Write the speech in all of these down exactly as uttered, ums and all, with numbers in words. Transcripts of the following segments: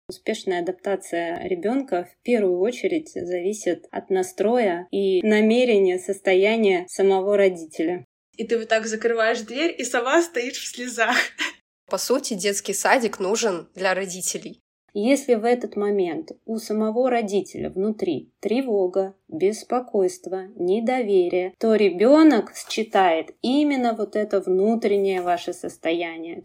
Успешная адаптация ребенка в первую очередь зависит от настроя и намерения, состояния самого родителя. И ты вот так закрываешь дверь и сама стоишь в слезах. По сути, детский садик нужен для родителей. Если в этот момент у самого родителя внутри тревога, беспокойство, недоверие, то ребенок считает именно вот это внутреннее ваше состояние.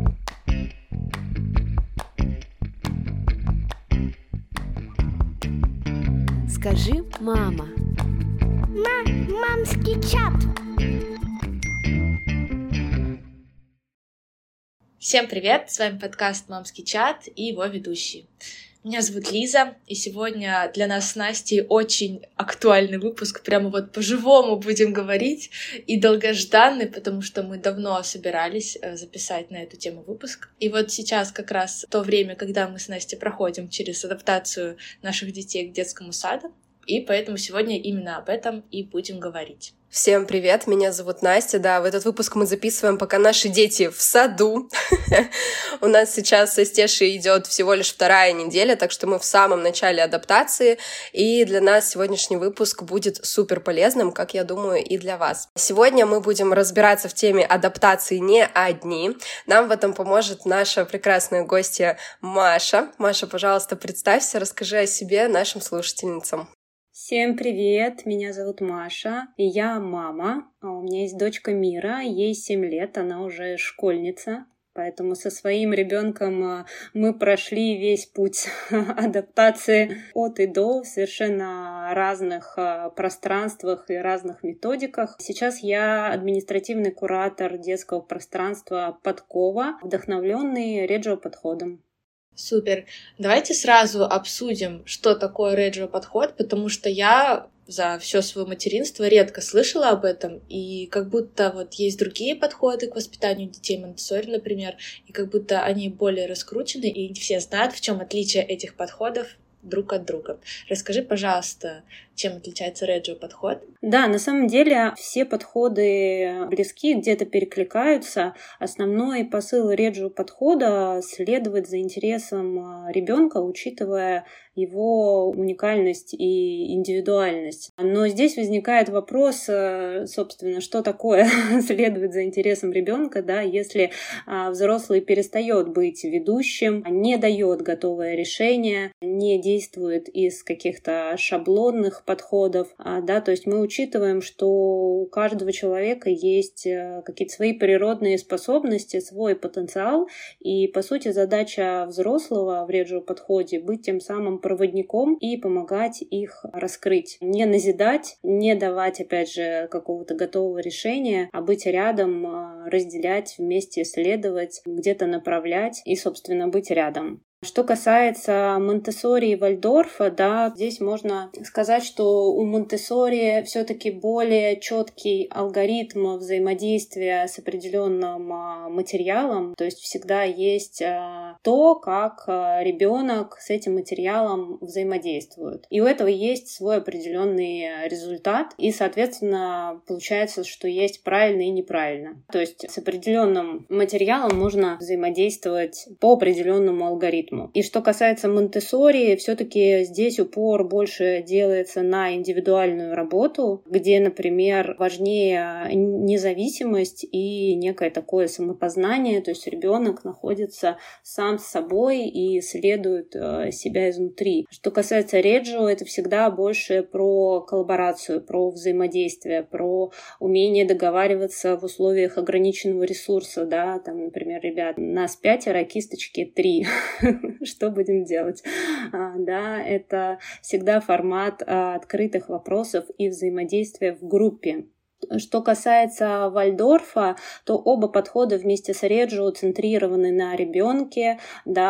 Скажи, мама. Ма- мамский чат. Всем привет! С вами подкаст «Мамский чат» и его ведущий. Меня зовут Лиза, и сегодня для нас с Настей очень актуальный выпуск, прямо вот по-живому будем говорить, и долгожданный, потому что мы давно собирались записать на эту тему выпуск. И вот сейчас как раз то время, когда мы с Настей проходим через адаптацию наших детей к детскому саду, и поэтому сегодня именно об этом и будем говорить. Всем привет, меня зовут Настя. Да, в этот выпуск мы записываем, пока наши дети в саду. У нас сейчас со Стешей идет всего лишь вторая неделя, так что мы в самом начале адаптации, и для нас сегодняшний выпуск будет супер полезным, как я думаю, и для вас. Сегодня мы будем разбираться в теме адаптации не одни. Нам в этом поможет наша прекрасная гостья Маша. Маша, пожалуйста, представься, расскажи о себе нашим слушательницам. Всем привет, меня зовут Маша, и я мама. У меня есть дочка Мира, ей семь лет, она уже школьница. Поэтому со своим ребенком мы прошли весь путь адаптации от и до в совершенно разных пространствах и разных методиках. Сейчас я административный куратор детского пространства «Подкова», вдохновленный реджио-подходом. Супер. Давайте сразу обсудим, что такое реджио-подход, потому что я за все свое материнство редко слышала об этом, и как будто вот есть другие подходы к воспитанию детей, Монтессори, например, и как будто они более раскручены, и не все знают, в чем отличие этих подходов друг от друга. Расскажи, пожалуйста, чем отличается реджио-подход? Да, на самом деле все подходы близки, где-то перекликаются. Основной посыл реджио-подхода следовать за интересом ребенка, учитывая его уникальность и индивидуальность. Но здесь возникает вопрос, собственно, что такое следовать за интересом ребенка, да, если взрослый перестает быть ведущим, не дает готовое решение, не действует из каких-то шаблонных подходов, да, то есть мы учитываем, что у каждого человека есть какие-то свои природные способности, свой потенциал, и, по сути, задача взрослого в реджио-подходе быть тем самым проводником и помогать их раскрыть. Не назидать, не давать, опять же, какого-то готового решения, а быть рядом, разделять, вместе исследовать, где-то направлять и, собственно, быть рядом. Что касается Монтессори и Вальдорфа, да, здесь можно сказать, что у Монтессори все-таки более четкий алгоритм взаимодействия с определенным материалом, то есть всегда есть то, как ребенок с этим материалом взаимодействует. И у этого есть свой определенный результат, и, соответственно, получается, что есть правильно и неправильно. То есть с определенным материалом можно взаимодействовать по определенному алгоритму. И что касается Монтессори, все-таки здесь упор больше делается на индивидуальную работу, где, например, важнее независимость и некое такое самопознание, то есть ребенок находится сам с собой и исследует себя изнутри. Что касается реджио, это всегда больше про коллаборацию, про взаимодействие, про умение договариваться в условиях ограниченного ресурса, да, там, например, ребят, нас пятеро, кисточки три. Что будем делать? А, да, это всегда формат а, открытых вопросов и взаимодействия в группе. Что касается Вальдорфа, то оба подхода вместе с реджио центрированы на ребенке,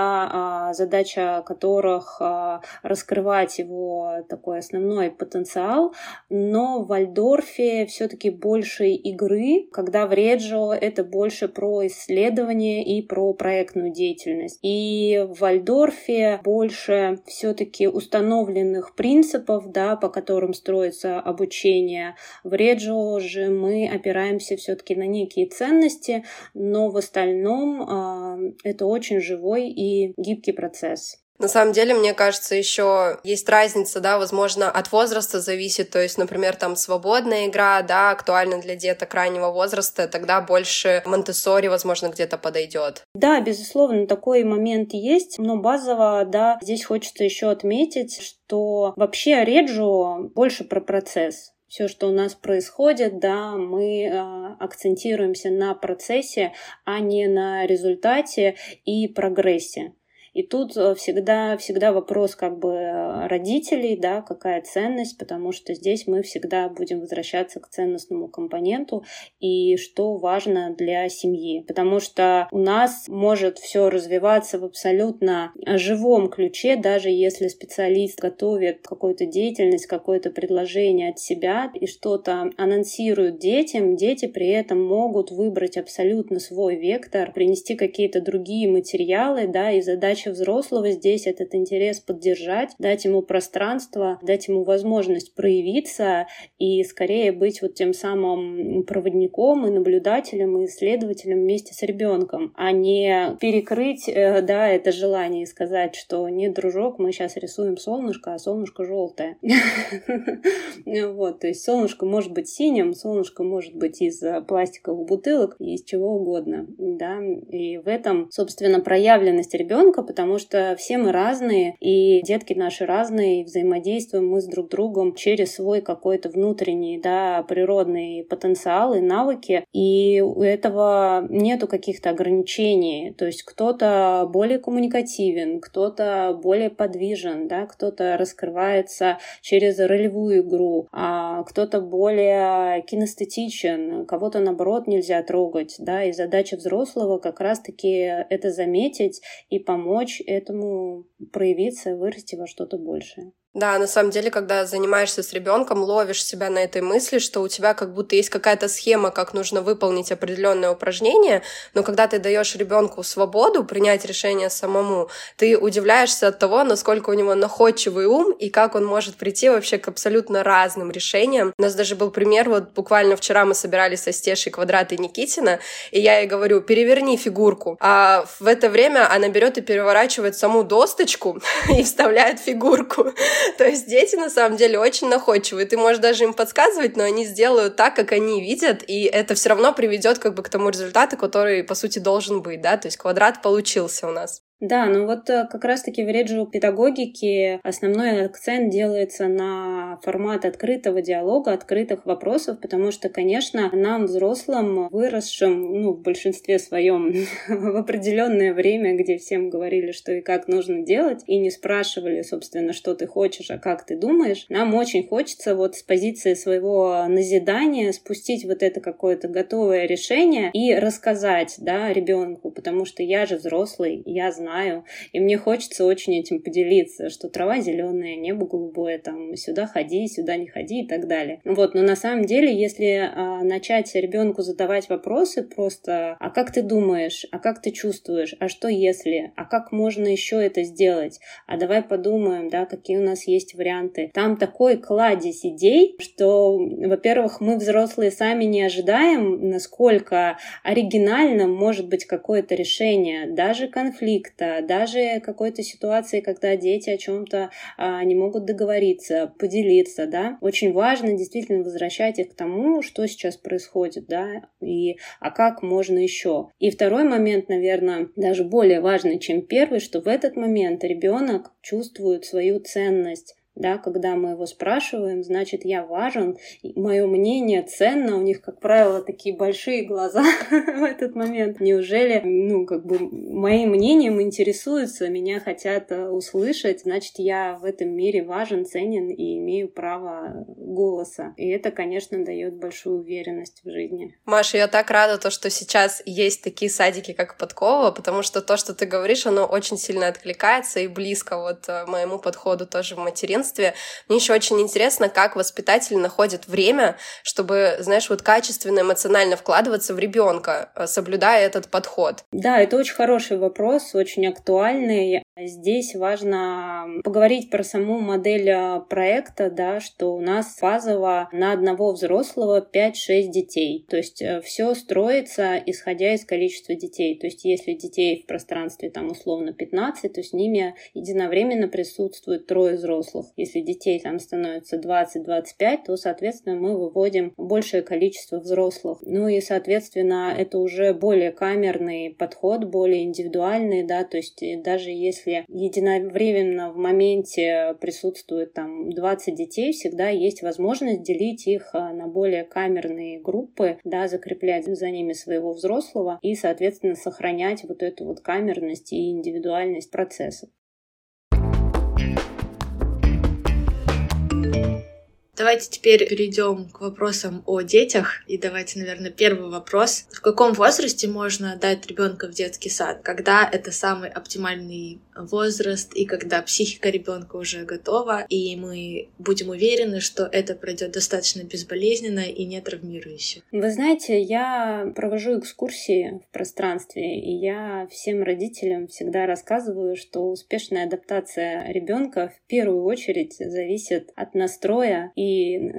да, задача которых раскрывать его такой основной потенциал, но в Вальдорфе все-таки больше игры, когда в реджио это больше про исследование и про проектную деятельность. И в Вальдорфе больше все-таки установленных принципов, да, по которым строится обучение. В реджио же мы опираемся все-таки на некие ценности, но в остальном э, это очень живой и гибкий процесс. На самом деле, мне кажется, еще есть разница, да, возможно, от возраста зависит, то есть, например, там свободная игра, да, актуальна для деток раннего возраста, тогда больше Монтессори, возможно, где-то подойдет. Да, безусловно, такой момент есть, но базово, да, здесь хочется еще отметить, что вообще Реджио больше про процесс. Все, что у нас происходит, да, мы э, акцентируемся на процессе, а не на результате и прогрессе. И тут всегда, всегда вопрос как бы родителей, да, какая ценность, потому что здесь мы всегда будем возвращаться к ценностному компоненту и что важно для семьи. Потому что у нас может все развиваться в абсолютно живом ключе, даже если специалист готовит какую-то деятельность, какое-то предложение от себя и что-то анонсирует детям, дети при этом могут выбрать абсолютно свой вектор, принести какие-то другие материалы, да, и задача взрослого здесь этот интерес поддержать, дать ему пространство, дать ему возможность проявиться и скорее быть вот тем самым проводником и наблюдателем и исследователем вместе с ребенком, а не перекрыть, да, это желание и сказать, что нет, дружок, мы сейчас рисуем солнышко, а солнышко желтое. Вот, то есть солнышко может быть синим, солнышко может быть из пластиковых бутылок и из чего угодно, да, и в этом, собственно, проявленность ребенка, потому что все мы разные, и детки наши разные, и взаимодействуем мы с друг другом через свой какой-то внутренний, да, природный потенциал и навыки, и у этого нету каких-то ограничений, то есть кто-то более коммуникативен, кто-то более подвижен, да, кто-то раскрывается через ролевую игру, а кто-то более кинестетичен, кого-то, наоборот, нельзя трогать, да, и задача взрослого как раз-таки это заметить и помочь этому проявиться, вырасти во что-то большее. Да, на самом деле, когда занимаешься с ребенком, ловишь себя на этой мысли, что у тебя как будто есть какая-то схема, как нужно выполнить определенное упражнение, но когда ты даешь ребенку свободу принять решение самому, ты удивляешься от того, насколько у него находчивый ум и как он может прийти вообще к абсолютно разным решениям. У нас даже был пример, вот буквально вчера мы собирались со Стешей квадраты Никитина, и я ей говорю: переверни фигурку. А в это время она берет и переворачивает саму досточку и вставляет фигурку. То есть дети, на самом деле, очень находчивые. Ты можешь даже им подсказывать, но они сделают так, как они видят, и это все равно приведет как бы к тому результату, который, по сути, должен быть, да, то есть квадрат получился у нас. Да, ну вот как раз-таки в Реджио педагогике основной акцент делается на формат открытого диалога, открытых вопросов, потому что, конечно, нам, взрослым, выросшим, ну, в большинстве своем в определенное время, где всем говорили, что и как нужно делать, и не спрашивали, собственно, что ты хочешь, а как ты думаешь, нам очень хочется вот с позиции своего назидания спустить вот это какое-то готовое решение и рассказать, да, ребенку, потому что я же взрослый, я знаю, знаю, и мне хочется очень этим поделиться, что трава зеленая, небо голубое, там, сюда ходи, сюда не ходи и так далее. Вот, но на самом деле, если а, начать ребенку задавать вопросы просто, а как ты думаешь, а как ты чувствуешь, а что если, а как можно еще это сделать, а давай подумаем, да, какие у нас есть варианты. Там такой кладезь идей, что, во-первых, мы, взрослые, сами не ожидаем, насколько оригинальным может быть какое-то решение, даже конфликт, даже какой-то ситуации, когда дети о чем-то а, не могут договориться, поделиться, да. Очень важно действительно возвращать их к тому, что сейчас происходит, да, и а как можно еще. И второй момент, наверное, даже более важный, чем первый, что в этот момент ребенок чувствует свою ценность. Да, когда мы его спрашиваем, значит, я важен, мое мнение ценно, у них, как правило, такие большие глаза в этот момент. Неужели, ну, как бы, моим мнением интересуются, меня хотят услышать, значит, я в этом мире важен, ценен и имею право голоса. И это, конечно, дает большую уверенность в жизни. Маша, я так рада, то, что сейчас есть такие садики, как Подкова, потому что то, что ты говоришь, оно очень сильно откликается и близко вот моему подходу тоже в материнстве. пространстве. Мне еще очень интересно, как воспитатели находят время, чтобы, знаешь, вот качественно, эмоционально вкладываться в ребенка, соблюдая этот подход. Да, это очень хороший вопрос, очень актуальный. Здесь важно поговорить про саму модель проекта, да, что у нас базово на одного взрослого пять-шесть детей. То есть все строится, исходя из количества детей. То есть если детей в пространстве там условно пятнадцать, то с ними единовременно присутствует трое взрослых. Если детей там становится двадцать-двадцать пять, то, соответственно, мы выводим большее количество взрослых. Ну и, соответственно, это уже более камерный подход, более индивидуальный, да, то есть даже если единовременно в моменте присутствует там двадцать детей, всегда есть возможность делить их на более камерные группы, да, закреплять за ними своего взрослого и, соответственно, сохранять вот эту вот камерность и индивидуальность процесса. Давайте теперь перейдем к вопросам о детях. И давайте, наверное, первый вопрос. В каком возрасте можно отдать ребенка в детский сад? Когда это самый оптимальный возраст, и когда психика ребенка уже готова, и мы будем уверены, что это пройдет достаточно безболезненно и не травмирующе? Вы знаете, я провожу экскурсии в пространстве, и я всем родителям всегда рассказываю, что успешная адаптация ребенка в первую очередь зависит от настроя и и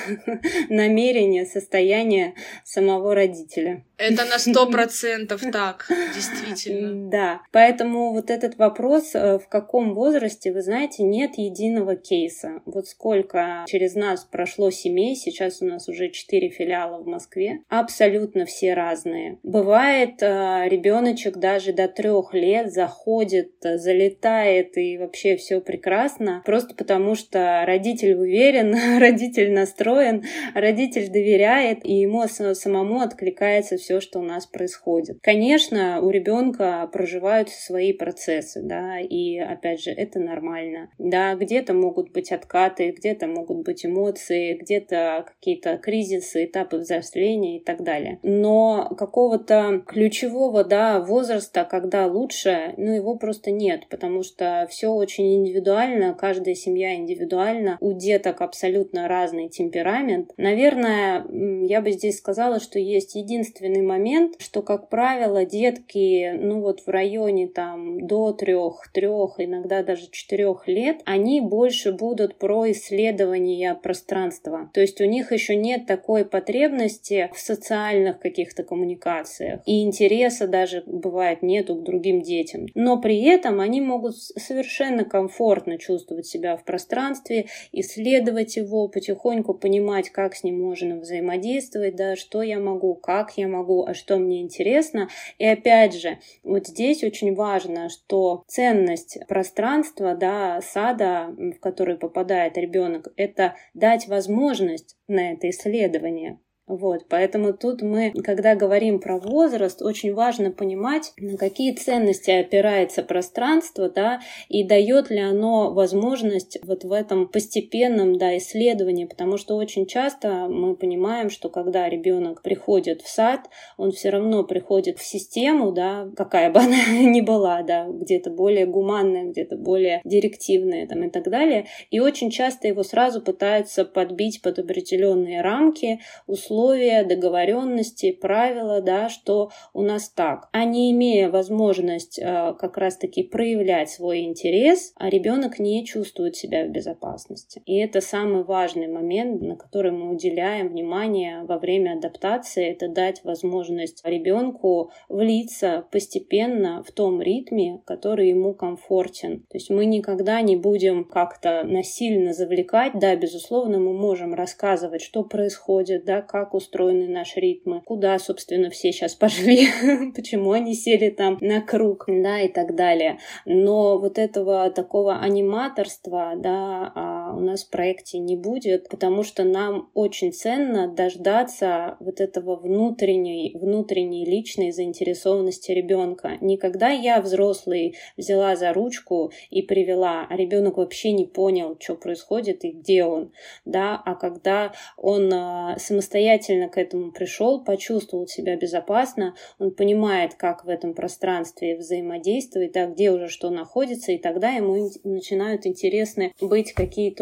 намерение, состояние самого родителя. Это на сто процентов так, действительно. Да, поэтому вот этот вопрос, в каком возрасте, вы знаете, нет единого кейса. Вот сколько через нас прошло семей, сейчас у нас уже четыре филиала в Москве, абсолютно все разные. Бывает, ребеночек даже до трех лет заходит, залетает и вообще все прекрасно, просто потому что родитель уверен, родитель настроен, родитель доверяет, и ему самому откликается все, что у нас происходит. Конечно, у ребенка проживаются свои процессы, да, и опять же, это нормально. Да, где-то могут быть откаты, где-то могут быть эмоции, где-то какие-то кризисы, этапы взросления и так далее. Но какого-то ключевого, да, возраста, когда лучше, ну, его просто нет, потому что все очень индивидуально, каждая семья индивидуальна, у деток абсолютно разный темперамент. Наверное, я бы здесь сказала, что есть единственный момент, что, как правило, детки, ну вот в районе там до трех, трех, иногда даже четырех лет, они больше будут про исследование пространства. То есть у них еще нет такой потребности в социальных каких-то коммуникациях. И интереса даже, бывает, нету к другим детям. Но при этом они могут совершенно комфортно чувствовать себя в пространстве, исследовать его, потихоньку понимать, как с ним можно взаимодействовать, да, что я могу, как я могу, а что мне интересно. И опять же, вот здесь очень важно, что ценность пространства, да, сада, в который попадает ребенок, это дать возможность на это исследование. Вот, поэтому тут мы, когда говорим про возраст, очень важно понимать, на какие ценности опирается пространство, да, и дает ли оно возможность вот в этом постепенном, да, исследовании, потому что очень часто мы понимаем, что когда ребенок приходит в сад, он все равно приходит в систему, да, какая бы она ни была, да, где-то более гуманная, где-то более директивная, там, и так далее, и очень часто его сразу пытаются подбить под определенные рамки, условия, условия, договоренности, правила, да, что у нас так. А не имея возможность э, как раз-таки проявлять свой интерес, а ребенок не чувствует себя в безопасности. И это самый важный момент, на который мы уделяем внимание во время адаптации, это дать возможность ребенку влиться постепенно в том ритме, который ему комфортен. То есть мы никогда не будем как-то насильно завлекать, да, безусловно, мы можем рассказывать, что происходит, да, как устроены наши ритмы, куда, собственно, все сейчас пошли, почему они сели там на круг, да, и так далее. Но вот этого такого аниматорства, да, у нас в проекте не будет, потому что нам очень ценно дождаться вот этого внутренней, внутренней личной заинтересованности ребенка. Не когда я, взрослый, взяла за ручку и привела, а ребенок вообще не понял, что происходит и где он, да, а когда он самостоятельно к этому пришел, почувствовал себя безопасно, он понимает, как в этом пространстве взаимодействовать, да, где уже что находится, и тогда ему начинают интересны быть какие-то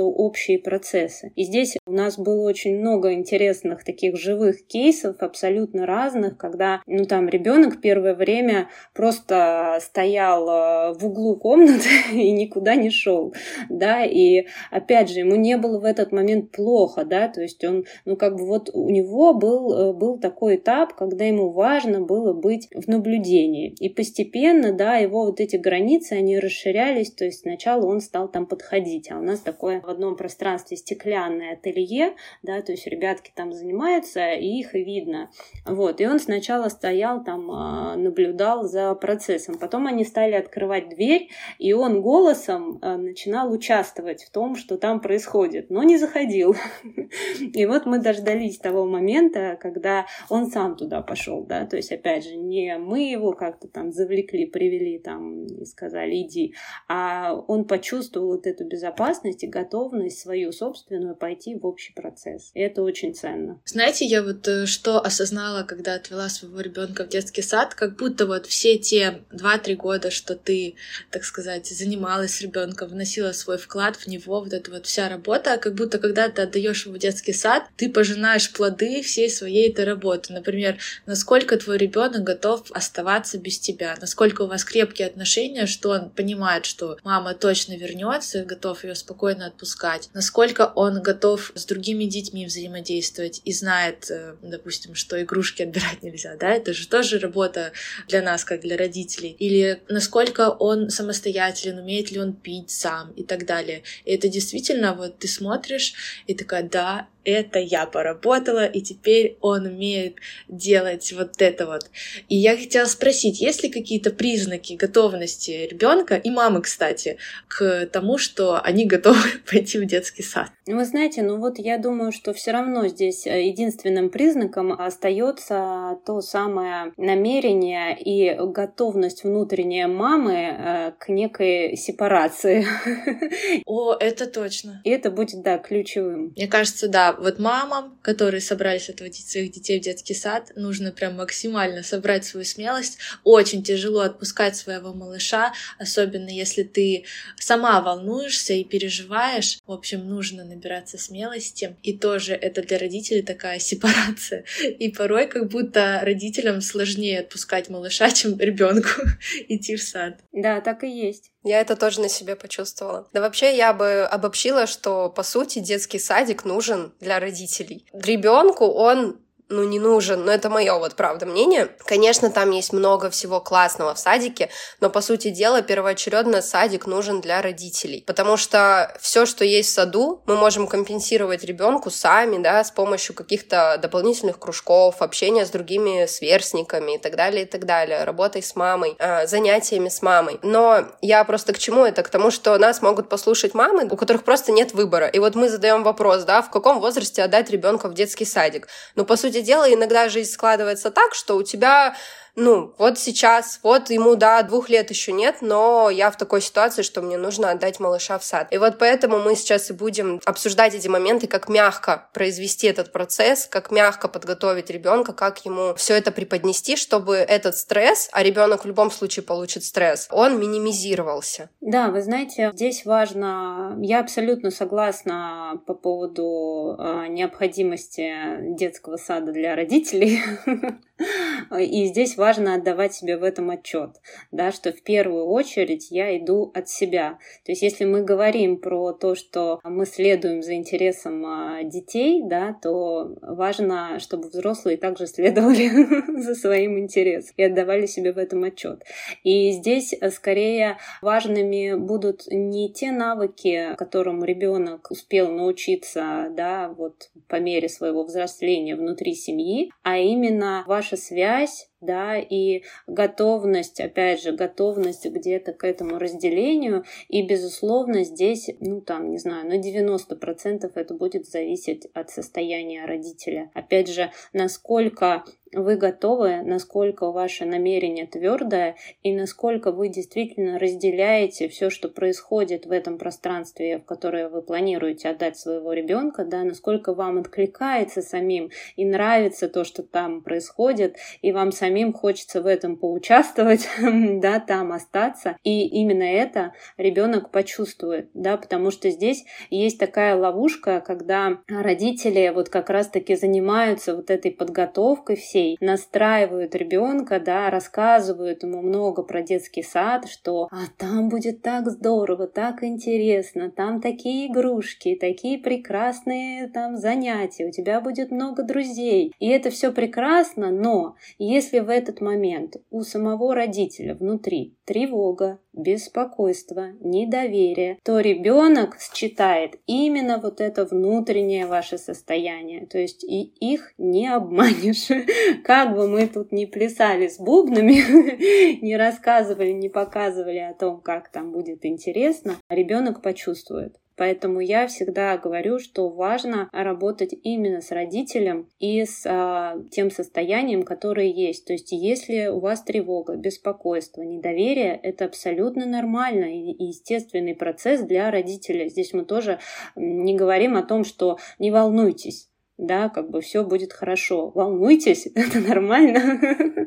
какие-то общие процессы. И здесь у нас было очень много интересных таких живых кейсов, абсолютно разных, когда, ну, там ребенок первое время просто стоял в углу комнаты и никуда не шел, да, и опять же, ему не было в этот момент плохо, да, то есть он, ну, как бы вот у него был, был такой этап, когда ему важно было быть в наблюдении, и постепенно, да, его вот эти границы, они расширялись, то есть сначала он стал там подходить, а у нас такое в одном пространстве стеклянное ателье, да, то есть ребятки там занимаются, и их и видно, вот, и он сначала стоял там, наблюдал за процессом, потом они стали открывать дверь, и он голосом начинал участвовать в том, что там происходит, но не заходил. И вот мы дождались того момента, когда он сам туда пошел, да, то есть, опять же, не мы его как-то там завлекли, привели там и сказали иди, а он почувствовал вот эту безопасность и готовность свою собственную пойти в общий процесс. И это очень ценно. Знаете, я вот что осознала, когда отвела своего ребенка в детский сад, как будто вот все те два-три года, что ты, так сказать, занималась с ребенком, вносила свой вклад в него, вот эта вот вся работа, как будто когда ты отдаешь его в детский сад, ты пожинаешь плоды всей своей этой работы. Например, насколько твой ребенок готов оставаться без тебя, насколько у вас крепкие отношения, что он понимает, что мама точно вернется, готов ее спокойно отпускать, насколько он готов с другими детьми взаимодействовать и знает, допустим, что игрушки отбирать нельзя, да, это же тоже работа для нас, как для родителей, или насколько он самостоятелен, умеет ли он пить сам и так далее. И это действительно, вот ты смотришь и такая, да, это я поработала, и теперь он умеет делать вот это вот. И я хотела спросить, есть ли какие-то признаки готовности ребенка и мамы, кстати, к тому, что они готовы пойти в детский сад? Вы знаете, ну вот я думаю, что все равно здесь единственным признаком остается то самое намерение и готовность внутренняя мамы к некой сепарации. О, это точно. И это будет, да, ключевым. Мне кажется, да, вот мамам, которые собрались отводить своих детей в детский сад, нужно прям максимально собрать свою смелость. Очень тяжело отпускать своего малыша, особенно если ты сама волнуешься и переживаешь. В общем, нужно набираться смелости. И тоже это для родителей такая сепарация. И порой как будто родителям сложнее отпускать малыша, чем ребенку идти в сад. Да, так и есть. Я это тоже на себе почувствовала. Да вообще я бы обобщила, что, по сути, детский садик нужен для родителей. Ребенку он ну, не нужен, но это мое вот, правда, мнение. Конечно, там есть много всего классного в садике, но, по сути дела, первоочередно садик нужен для родителей, потому что все, что есть в саду, мы можем компенсировать ребенку сами, да, с помощью каких-то дополнительных кружков, общения с другими сверстниками и так далее, и так далее, работой с мамой, э, занятиями с мамой. Но я просто к чему это? К тому, что нас могут послушать мамы, у которых просто нет выбора. И вот мы задаем вопрос, да, в каком возрасте отдать ребенка в детский садик? Ну, по сути дела, иногда жизнь складывается так, что у тебя, ну, вот сейчас, вот ему, да, двух лет еще нет, но я в такой ситуации, что мне нужно отдать малыша в сад. И вот поэтому мы сейчас и будем обсуждать эти моменты, как мягко произвести этот процесс, как мягко подготовить ребенка, как ему все это преподнести, чтобы этот стресс, а ребенок в любом случае получит стресс, он минимизировался. Да, вы знаете, здесь важно, я абсолютно согласна по поводу э, необходимости детского сада для родителей. И здесь важно отдавать себе в этом отчет, да, что в первую очередь я иду от себя. То есть если мы говорим про то, что мы следуем за интересом детей, да, то важно, чтобы взрослые также следовали за своим интересом и отдавали себе в этом отчет. И здесь скорее важными будут не те навыки, которым ребенок успел научиться, да, вот по мере своего взросления внутри семьи, а именно ваша связь, да, и готовность, опять же, готовность где-то к этому разделению, и, безусловно, здесь, ну, там, не знаю, на девяносто процентов это будет зависеть от состояния родителя. Опять же, насколько вы готовы, насколько ваше намерение твердое и насколько вы действительно разделяете все, что происходит в этом пространстве, в которое вы планируете отдать своего ребенка, да, насколько вам откликается самим и нравится то, что там происходит, и вам самим хочется в этом поучаствовать, да, там остаться. И именно это ребенок почувствует, да, потому что здесь есть такая ловушка, когда родители вот как раз-таки занимаются вот этой подготовкой всей, настраивают ребенка, да, рассказывают ему много про детский сад, что а там будет так здорово, так интересно, там такие игрушки, такие прекрасные там занятия, у тебя будет много друзей. И это все прекрасно, но если в этот момент у самого родителя внутри тревога, беспокойство, недоверие, то ребенок считает именно вот это внутреннее ваше состояние. То есть и их не обманешь. Как бы мы тут ни плясали с бубнами, не рассказывали, не показывали о том, как там будет интересно, ребенок почувствует. Поэтому я всегда говорю, что важно работать именно с родителем и с а, тем состоянием, которое есть. То есть если у вас тревога, беспокойство, недоверие, это абсолютно нормально и естественный процесс для родителя. Здесь мы тоже не говорим о том, что не волнуйтесь. Да, как бы все будет хорошо. Волнуйтесь, это нормально,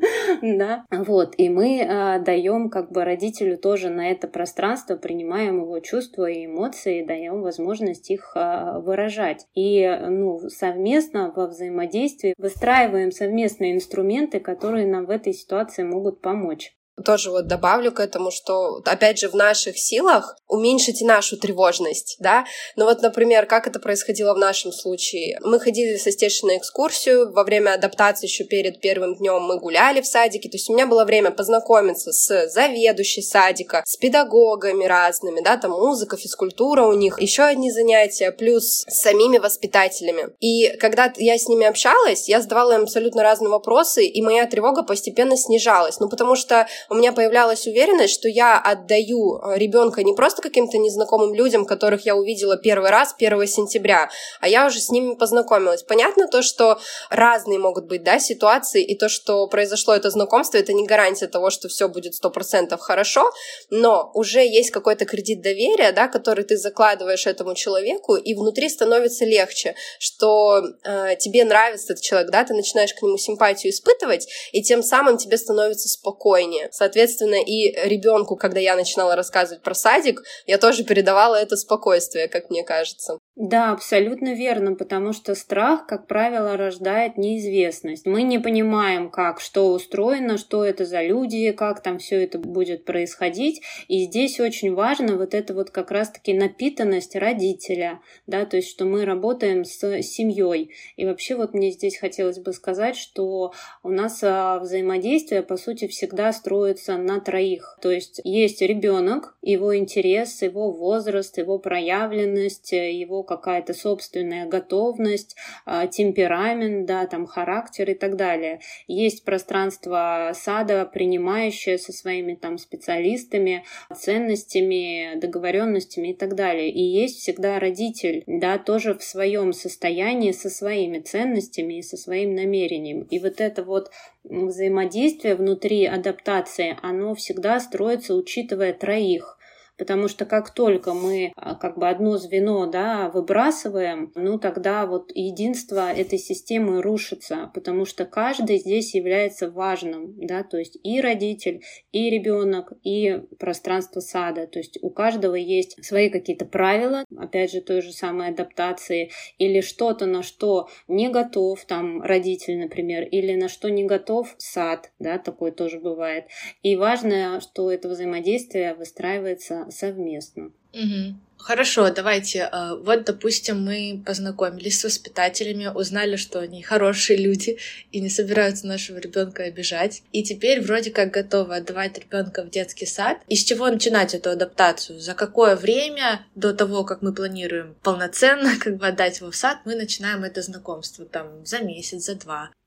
да. Вот, и мы а, даем как бы родителю тоже на это пространство, принимаем его чувства и эмоции, даем возможность их а, выражать. И, ну, совместно во взаимодействии выстраиваем совместные инструменты, которые нам в этой ситуации могут помочь. Тоже вот добавлю к этому, что, опять же, в наших силах уменьшить и нашу тревожность, да. Ну вот, например, как это происходило в нашем случае. Мы ходили со Стешей на экскурсию, во время адаптации еще перед первым днем мы гуляли в садике, то есть у меня было время познакомиться с заведующей садика, с педагогами разными, да, там музыка, физкультура у них, еще одни занятия, плюс с самими воспитателями. И когда я с ними общалась, я задавала им абсолютно разные вопросы, и моя тревога постепенно снижалась, ну потому что у меня появлялась уверенность, что я отдаю ребенка не просто каким-то незнакомым людям, которых я увидела первый раз первого сентября, а я уже с ними познакомилась. Понятно то, что разные могут быть, да, ситуации, и то, что произошло это знакомство, это не гарантия того, что все будет сто процентов хорошо, но уже есть какой-то кредит доверия, да, который ты закладываешь этому человеку, и внутри становится легче, что э, тебе нравится этот человек, да, ты начинаешь к нему симпатию испытывать, и тем самым тебе становится спокойнее. Соответственно, и ребенку, когда я начинала рассказывать про садик, я тоже передавала это спокойствие, как мне кажется. Да, абсолютно верно, потому что страх, как правило, рождает неизвестность. Мы не понимаем, как, что устроено, что это за люди, как там все это будет происходить. И здесь очень важно вот эта вот как раз-таки напитанность родителя, да, то есть что мы работаем с семьей. И вообще вот мне здесь хотелось бы сказать, что у нас взаимодействие, по сути, всегда строится на троих. То есть есть ребенок, его интерес, его возраст, его проявленность, его какая-то собственная готовность, темперамент, да, там характер и так далее. Есть пространство сада, принимающее со своими там специалистами, ценностями, договоренностями и так далее. И есть всегда родитель, да, тоже в своем состоянии со своими ценностями и со своим намерением. И вот это вот взаимодействие внутри адаптации, оно всегда строится, учитывая троих. Потому что как только мы как бы одно звено, да, выбрасываем, ну тогда вот единство этой системы рушится, потому что каждый здесь является важным, да, то есть и родитель, и ребенок, и пространство сада, то есть у каждого есть свои какие-то правила, опять же той же самой адаптации, или что-то, на что не готов там родитель, например, или на что не готов сад, да, такое тоже бывает. И важно, что это взаимодействие выстраивается совместно. Угу. Хорошо, давайте. Вот, допустим, мы познакомились с воспитателями, узнали, что они хорошие люди и не собираются нашего ребенка обижать. И теперь вроде как готовы отдавать ребенка в детский сад. И с чего начинать эту адаптацию? За какое время до того, как мы планируем полноценно как бы отдать его в сад, мы начинаем это знакомство? Там за месяц, за два?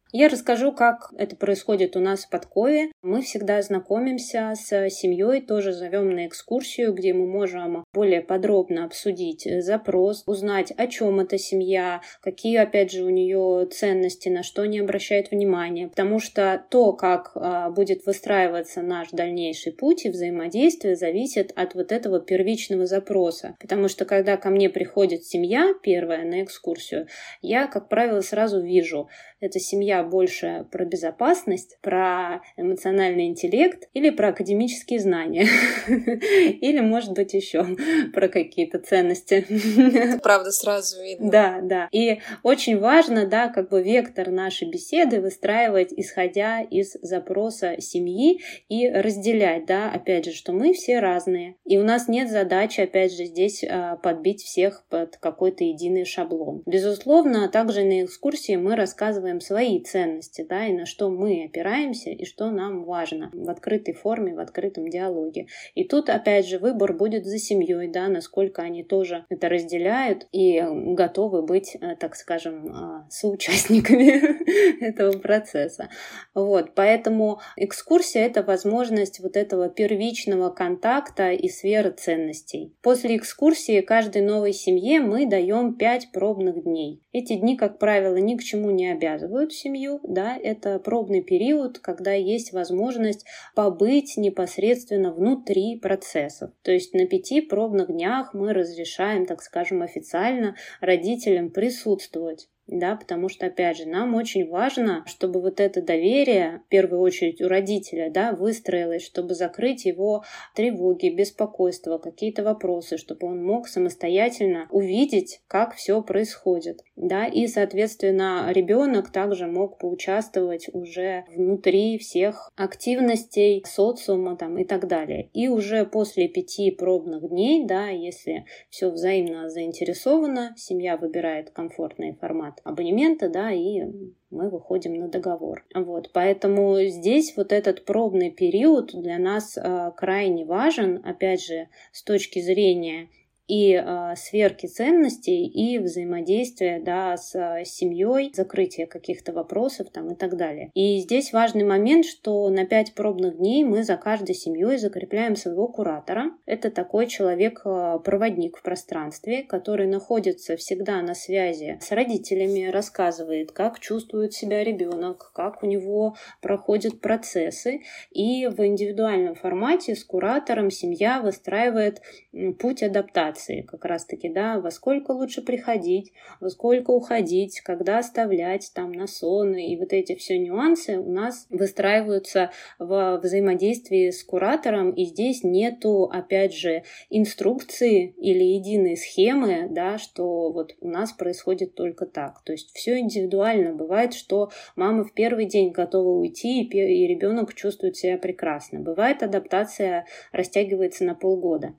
Я расскажу, как это происходит у нас в Подкове. Мы всегда знакомимся с семьей, тоже зовем на экскурсию, где мы можем более подробно обсудить запрос, узнать, о чем эта семья, какие, опять же, у нее ценности, на что они обращают внимание. Потому что то, как будет выстраиваться наш дальнейший путь и взаимодействие, зависит от вот этого первичного запроса. Потому что когда ко мне приходит семья первая на экскурсию, я, как правило, сразу вижу, эта семья больше про безопасность, про эмоциональный интеллект или про академические знания. Или, может быть, еще про какие-то ценности. Правда, сразу видно. Да, да. И очень важно, да, как бы вектор нашей беседы выстраивать, исходя из запроса семьи и разделять, да, опять же, что мы все разные. И у нас нет задачи, опять же, здесь подбить всех под какой-то единый шаблон. Безусловно, также на экскурсии мы рассказываем свои ценности, да, и на что мы опираемся, и что нам важно в открытой форме, в открытом диалоге. И тут, опять же, выбор будет за семьей, да, насколько они тоже это разделяют и готовы быть, так скажем, соучастниками этого процесса. Вот, поэтому экскурсия — это возможность вот этого первичного контакта и сферы ценностей. После экскурсии каждой новой семье мы даем пять пробных дней. Эти дни, как правило, ни к чему не обязывают семью, да, это пробный период, когда есть возможность побыть непосредственно внутри процессов. То есть на пяти пробных днях мы разрешаем, так скажем, официально родителям присутствовать. Да, потому что, опять же, нам очень важно, чтобы вот это доверие, в первую очередь у родителя, да, выстроилось, чтобы закрыть его тревоги, беспокойства, какие-то вопросы, чтобы он мог самостоятельно увидеть, как все происходит. Да, и, соответственно, ребенок также мог поучаствовать уже внутри всех активностей социума там, и так далее. И уже после пяти пробных дней, да, если все взаимно заинтересовано, семья выбирает комфортный формат абонемента, да, и мы выходим на договор. Вот, поэтому здесь вот этот пробный период для нас э, крайне важен, опять же, с точки зрения и э, сверки ценностей, и взаимодействия, да, с э, семьей, закрытие каких-то вопросов там, и так далее. И здесь важный момент, что на пять пробных дней мы за каждой семьей закрепляем своего куратора. Это такой человек-проводник в пространстве, который находится всегда на связи с родителями, рассказывает, как чувствует себя ребенок, как у него проходят процессы. И в индивидуальном формате с куратором семья выстраивает путь адаптации. Как раз-таки, да, во сколько лучше приходить, во сколько уходить, когда оставлять там на сон, и вот эти все нюансы у нас выстраиваются в взаимодействии с куратором, и здесь нету, опять же, инструкции или единой схемы, да, что вот у нас происходит только так. То есть все индивидуально. Бывает, что мама в первый день готова уйти, и ребенок чувствует себя прекрасно. Бывает, адаптация растягивается на полгода.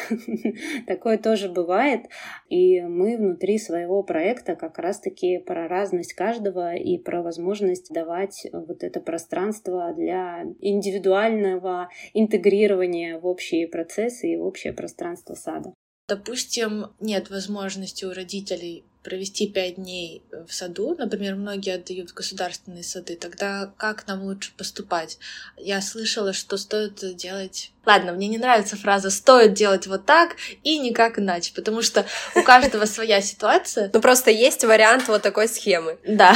Такое тоже бывает, и мы внутри своего проекта как раз-таки про разность каждого и про возможность давать вот это пространство для индивидуального интегрирования в общие процессы и в общее пространство сада. Допустим, нет возможности у родителей провести пять дней в саду, например, многие отдают в государственные сады, тогда как нам лучше поступать? Я слышала, что стоит делать... Ладно, мне не нравится фраза «стоит делать вот так» и никак иначе, потому что у каждого своя ситуация. Ну, просто есть вариант вот такой схемы. Да,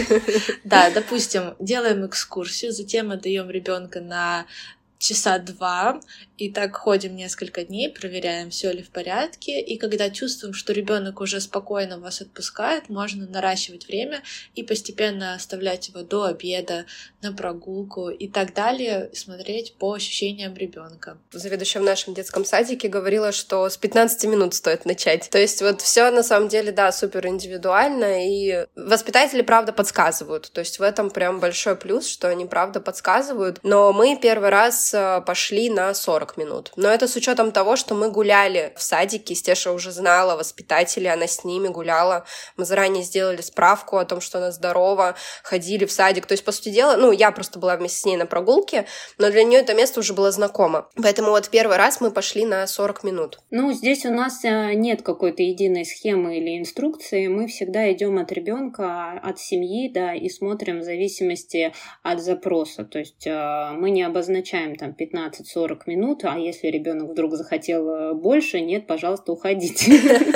да, допустим, делаем экскурсию, затем отдаем ребенка на часа два, и так ходим несколько дней, проверяем, все ли в порядке, и когда чувствуем, что ребенок уже спокойно вас отпускает, можно наращивать время и постепенно оставлять его до обеда, на прогулку и так далее, смотреть по ощущениям ребенка. Заведующая в нашем детском садике говорила, что с пятнадцати минут стоит начать. То есть вот все на самом деле, да, супер индивидуально, и воспитатели, правда, подсказывают. То есть в этом прям большой плюс, что они, правда, подсказывают. Но мы первый раз пошли на сорок минут. Но это с учетом того, что мы гуляли в садике, Стеша уже знала воспитателей, она с ними гуляла. Мы заранее сделали справку о том, что она здорова, ходили в садик. То есть, по сути дела, ну, я просто была вместе с ней на прогулке, но для нее это место уже было знакомо. Поэтому вот первый раз мы пошли на сорок минут. Ну, здесь у нас нет какой-то единой схемы или инструкции. Мы всегда идем от ребенка, от семьи, да, и смотрим в зависимости от запроса. То есть мы не обозначаем там пятнадцать-сорок минут, а если ребенок вдруг захотел больше, нет, пожалуйста, уходите.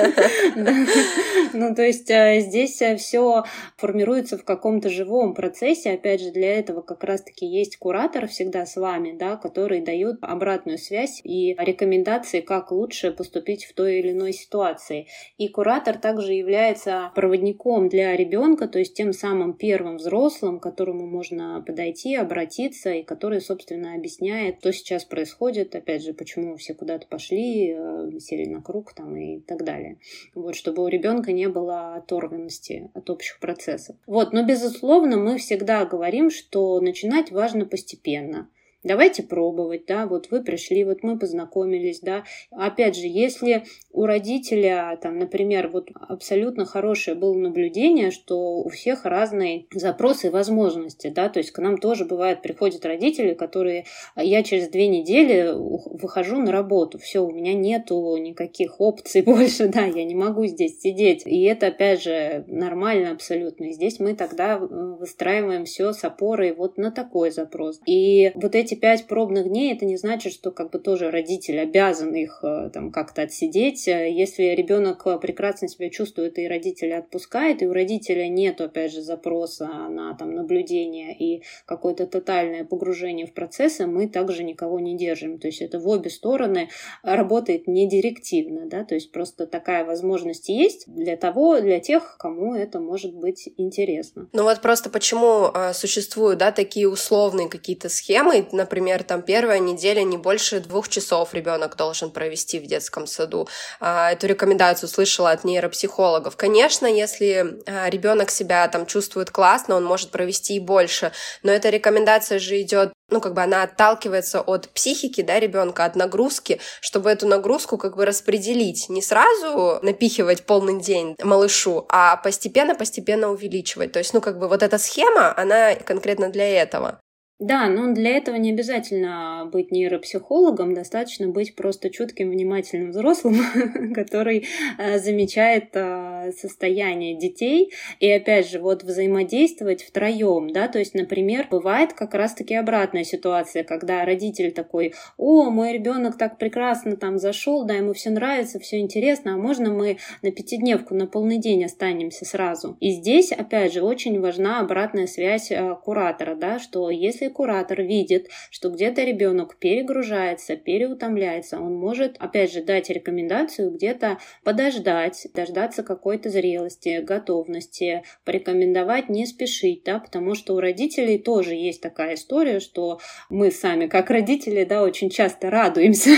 Ну, то есть здесь все формируется в каком-то живом процессе. Опять же, для этого как раз-таки есть куратор всегда с вами, да, который дает обратную связь и рекомендации, как лучше поступить в той или иной ситуации. И куратор также является проводником для ребенка, то есть тем самым первым взрослым, к которому можно подойти, обратиться, и который, собственно, объясняет, что сейчас происходит, опять же, почему все куда-то пошли, сели на круг там и так далее. Вот, чтобы у ребенка не было оторванности от общих процессов. Вот, но, безусловно, мы всегда говорим, что начинать важно постепенно. Давайте пробовать, да, вот вы пришли, вот мы познакомились, да. Опять же, если у родителя, там, например, вот абсолютно хорошее было наблюдение, что у всех разные запросы и возможности, да, то есть к нам тоже бывает, приходят родители, которые, я через две недели выхожу на работу, все, у меня нету никаких опций больше, да, я не могу здесь сидеть, и это, опять же, нормально абсолютно, и здесь мы тогда выстраиваем все с опорой вот на такой запрос, и вот эти Эти пять пробных дней, это не значит, что как бы тоже родитель обязан их там как-то отсидеть. Если ребенок прекрасно себя чувствует и родителя отпускает, и у родителя нет, опять же, запроса на там наблюдение и какое-то тотальное погружение в процессы, мы также никого не держим. То есть это в обе стороны работает не директивно, да, то есть просто такая возможность есть для того, для тех, кому это может быть интересно. Ну вот просто почему а, существуют, да, такие условные какие-то схемы. Например, там первая неделя не больше двух часов ребенок должен провести в детском саду. Эту рекомендацию слышала от нейропсихологов. Конечно, если ребенок себя там чувствует классно, он может провести и больше, но эта рекомендация же идет, ну, как бы она отталкивается от психики, да, ребенка, от нагрузки, чтобы эту нагрузку как бы распределить, не сразу напихивать полный день малышу, а постепенно-постепенно увеличивать. То есть, ну, как бы вот эта схема, она конкретно для этого. Да, но для этого не обязательно быть нейропсихологом, достаточно быть просто чутким, внимательным взрослым, который э, замечает э, состояние детей и, опять же, вот взаимодействовать втроем, да, то есть, например, бывает как раз-таки обратная ситуация, когда родитель такой: о, мой ребенок так прекрасно там зашел, да, ему все нравится, все интересно, а можно мы на пятидневку, на полный день останемся сразу? И здесь, опять же, очень важна обратная связь э, куратора, да, что если куратор видит, что где-то ребенок перегружается, переутомляется, он может, опять же, дать рекомендацию где-то подождать, дождаться какой-то зрелости, готовности, порекомендовать не спешить, да, потому что у родителей тоже есть такая история, что мы сами, как родители, да, очень часто радуемся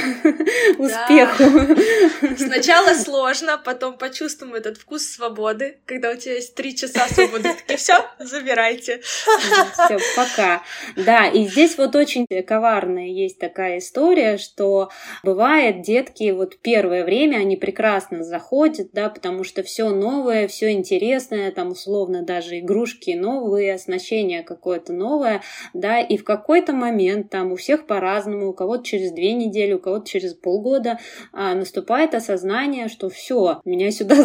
успеху. Сначала сложно, потом почувствуем этот вкус свободы, когда у тебя есть три часа свободы, такие: все, забирайте. Все, пока. Да, и здесь вот очень коварная есть такая история, что бывает, детки вот первое время, они прекрасно заходят, да, потому что все новое, все интересное, там условно даже игрушки новые, оснащение какое-то новое, да, и в какой-то момент там у всех по-разному, у кого-то через две недели, у кого-то через полгода а, наступает осознание, что все, меня сюда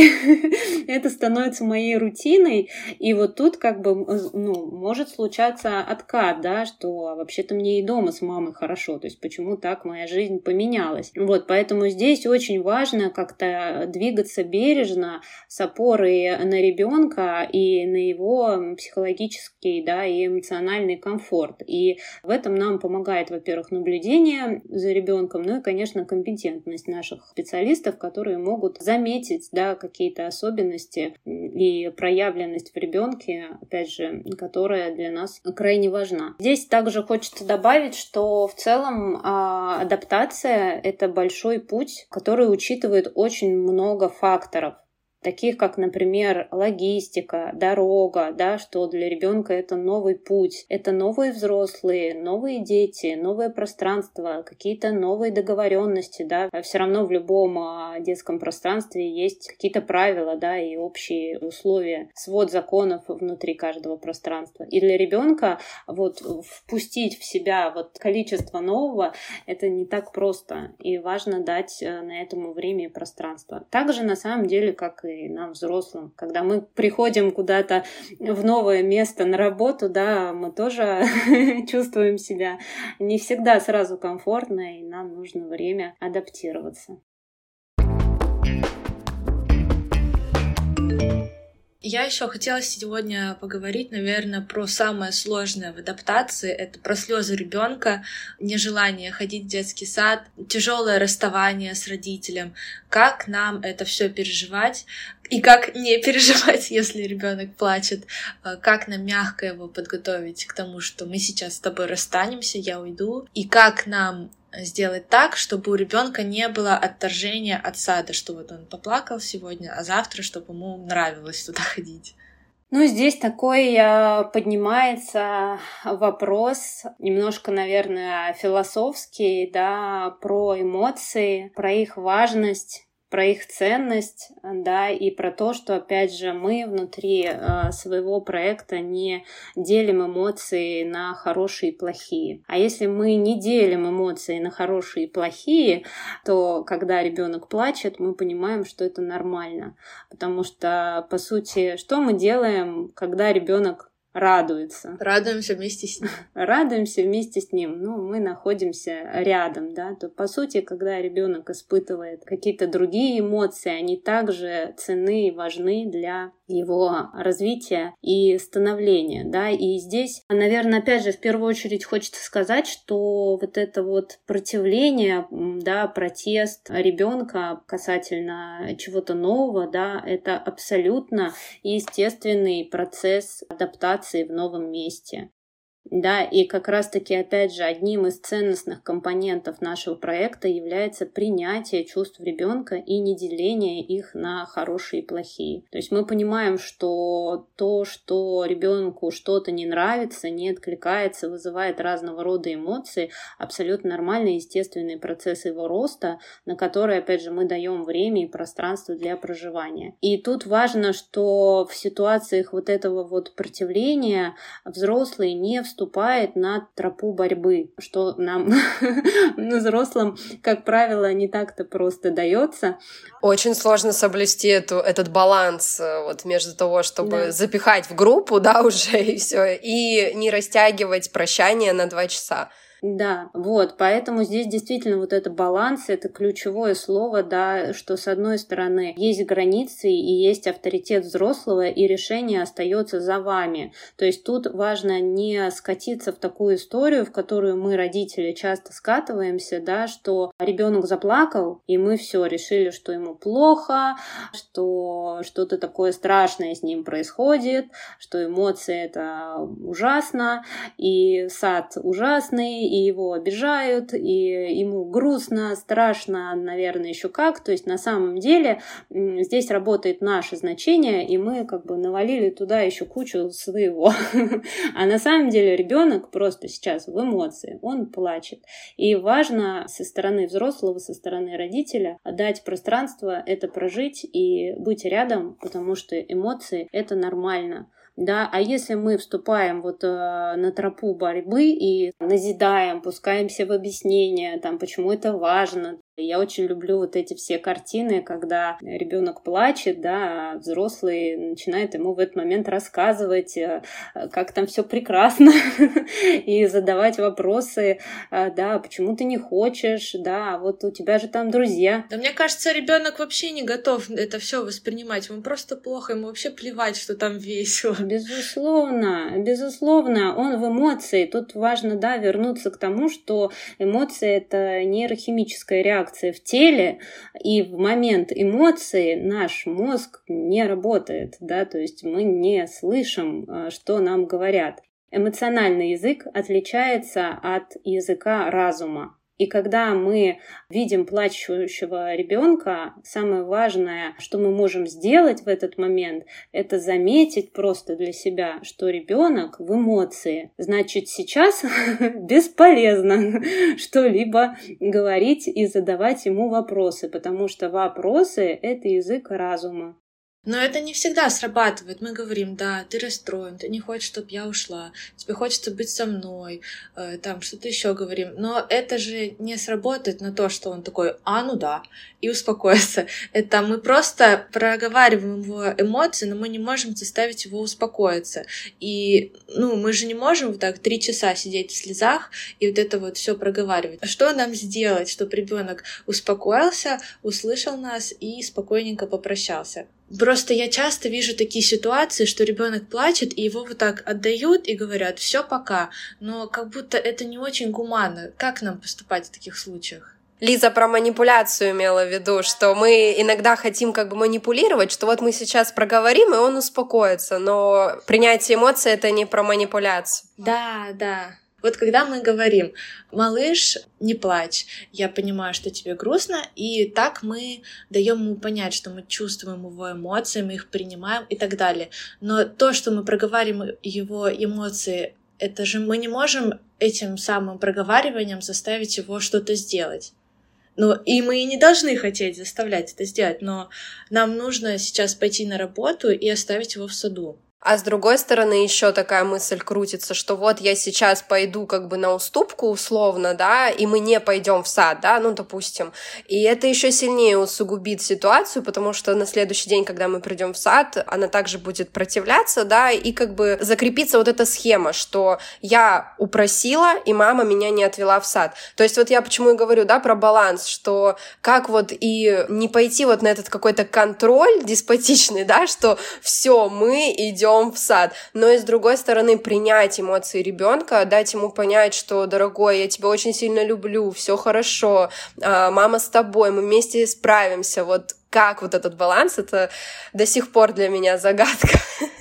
сдали, это становится моей рутиной, и вот тут как бы, ну, может случаться отказ, да, что вообще-то мне и дома с мамой хорошо, то есть почему так моя жизнь поменялась. Вот, поэтому здесь очень важно как-то двигаться бережно с опорой на ребенка и на его психологический, да, и эмоциональный комфорт. И в этом нам помогает, во-первых, наблюдение за ребенком, ну и, конечно, компетентность наших специалистов, которые могут заметить, да, какие-то особенности и проявленность в ребенке, опять же, которая для нас крайне важна. Здесь также хочется добавить, что в целом а, адаптация — это большой путь, который учитывает очень много факторов. таких как, например, логистика, дорога, да, что для ребенка это новый путь, это новые взрослые, новые дети, новое пространство, какие-то новые договоренности, да, все равно в любом детском пространстве есть какие-то правила, да, и общие условия, свод законов внутри каждого пространства. И для ребенка вот впустить в себя вот количество нового, это не так просто, и важно дать на этому время и пространство. Также на самом деле, как и нам, взрослым, когда мы приходим куда-то в новое место на работу, да, мы тоже чувствуем себя не всегда сразу комфортно, и нам нужно время адаптироваться. Я еще хотела сегодня поговорить, наверное, про самое сложное в адаптации. Это про слезы ребенка, нежелание ходить в детский сад, тяжелое расставание с родителем. Как нам это все переживать? И как не переживать, если ребенок плачет? Как нам мягко его подготовить к тому, что мы сейчас с тобой расстанемся, я уйду? И как нам сделать так, чтобы у ребенка не было отторжения от сада, что вот он поплакал сегодня, а завтра, чтобы ему нравилось туда ходить? Ну, здесь такой поднимается вопрос, немножко, наверное, философский, да, про эмоции, про их важность, про их ценность, да, и про то, что, опять же, мы внутри э, своего проекта не делим эмоции на хорошие и плохие. А если мы не делим эмоции на хорошие и плохие, то, когда ребенок плачет, мы понимаем, что это нормально. Потому что, по сути, что мы делаем, когда ребенок радуется? Радуемся вместе с ним. Радуемся вместе с ним. Ну, мы находимся рядом, да. То, по сути, когда ребенок испытывает какие-то другие эмоции, они также ценны и важны для его развития и становления, да. И здесь, наверное, опять же, в первую очередь хочется сказать, что вот это вот противление, да, протест ребенка касательно чего-то нового, да, это абсолютно естественный процесс адаптации в новом месте. Да, и как раз-таки, опять же, одним из ценностных компонентов нашего проекта является принятие чувств ребенка и не деление их на хорошие и плохие. То есть мы понимаем, что то, что ребенку что-то не нравится, не откликается, вызывает разного рода эмоции, абсолютно нормальные, естественные процессы его роста, на которые, опять же, мы даем время и пространство для проживания. И тут важно, что в ситуациях вот этого вот противления взрослые не вступают вступает на тропу борьбы, что нам, взрослым, как правило, не так-то просто дается. Очень сложно соблюсти эту, этот баланс вот, между того, чтобы да. запихать в группу, да, уже и все, и не растягивать прощание на два часа. Да, вот, поэтому здесь действительно вот это баланс, это ключевое слово, да, что с одной стороны есть границы и есть авторитет взрослого, и решение остается за вами. То есть тут важно не скатиться в такую историю, в которую мы, родители, часто скатываемся, да, что ребенок заплакал, и мы все решили, что ему плохо, что что-то такое страшное с ним происходит, что эмоции это ужасно, и сад ужасный, и его обижают, и ему грустно, страшно, наверное, еще как. То есть на самом деле здесь работает наше значение, и мы как бы навалили туда еще кучу своего. А на самом деле ребенок просто сейчас в эмоции, он плачет. И важно со стороны взрослого, со стороны родителя дать пространство это прожить и быть рядом, потому что эмоции — это нормально. Да, а если мы вступаем вот э, на тропу борьбы и назидаем, пускаемся в объяснения, там, почему это важно. Я очень люблю вот эти все картины, когда ребенок плачет, да, а взрослый начинает ему в этот момент рассказывать, как там все прекрасно, и задавать вопросы, да, почему ты не хочешь, да, вот у тебя же там друзья. Да мне кажется, ребенок вообще не готов это все воспринимать, ему просто плохо, ему вообще плевать, что там весело. Безусловно, безусловно, он в эмоции. Тут важно, да, вернуться к тому, что эмоции — это нейрохимическая реакция в теле, и в момент эмоции наш мозг не работает, да, то есть мы не слышим, что нам говорят. Эмоциональный язык отличается от языка разума. И когда мы видим плачущего ребенка, самое важное, что мы можем сделать в этот момент, это заметить просто для себя, что ребенок в эмоции. Значит, сейчас бесполезно что-либо говорить и задавать ему вопросы, потому что вопросы — это язык разума. Но это не всегда срабатывает. Мы говорим: да, ты расстроен, ты не хочешь, чтобы я ушла, тебе хочется быть со мной, э, там что-то еще говорим. Но это же не сработает на то, что он такой: а, ну да, и успокоится. Это мы просто проговариваем его эмоции, но мы не можем заставить его успокоиться. И, ну, мы же не можем вот так три часа сидеть в слезах и вот это вот все проговаривать. А что нам сделать, чтобы ребенок успокоился, услышал нас и спокойненько попрощался? Просто я часто вижу такие ситуации, что ребенок плачет, и его вот так отдают и говорят: все, пока. Но как будто это не очень гуманно. Как нам поступать в таких случаях? Лиза про манипуляцию имела в виду, что мы иногда хотим как бы манипулировать, что вот мы сейчас проговорим, и он успокоится, но принятие эмоций — это не про манипуляцию. Да, да. Вот когда мы говорим: малыш, не плачь, я понимаю, что тебе грустно, и так мы даем ему понять, что мы чувствуем его эмоции, мы их принимаем и так далее. Но то, что мы проговариваем его эмоции, это же мы не можем этим самым проговариванием заставить его что-то сделать. Ну, и мы и не должны хотеть заставлять это сделать, но нам нужно сейчас пойти на работу и оставить его в саду. А с другой стороны, еще такая мысль крутится, что вот я сейчас пойду как бы на уступку условно, да, и мы не пойдем в сад, да, ну, допустим. И это еще сильнее усугубит ситуацию, потому что на следующий день, когда мы придем в сад, она также будет противляться, да, и как бы закрепится вот эта схема, что я упросила, и мама меня не отвела в сад. То есть вот я почему и говорю, да, про баланс, что как вот и не пойти вот на этот какой-то контроль деспотичный, да, что все, мы идем в сад, но и с другой стороны принять эмоции ребенка, дать ему понять, что, дорогой, я тебя очень сильно люблю, все хорошо, мама с тобой, мы вместе справимся. Вот как вот этот баланс, это до сих пор для меня загадка.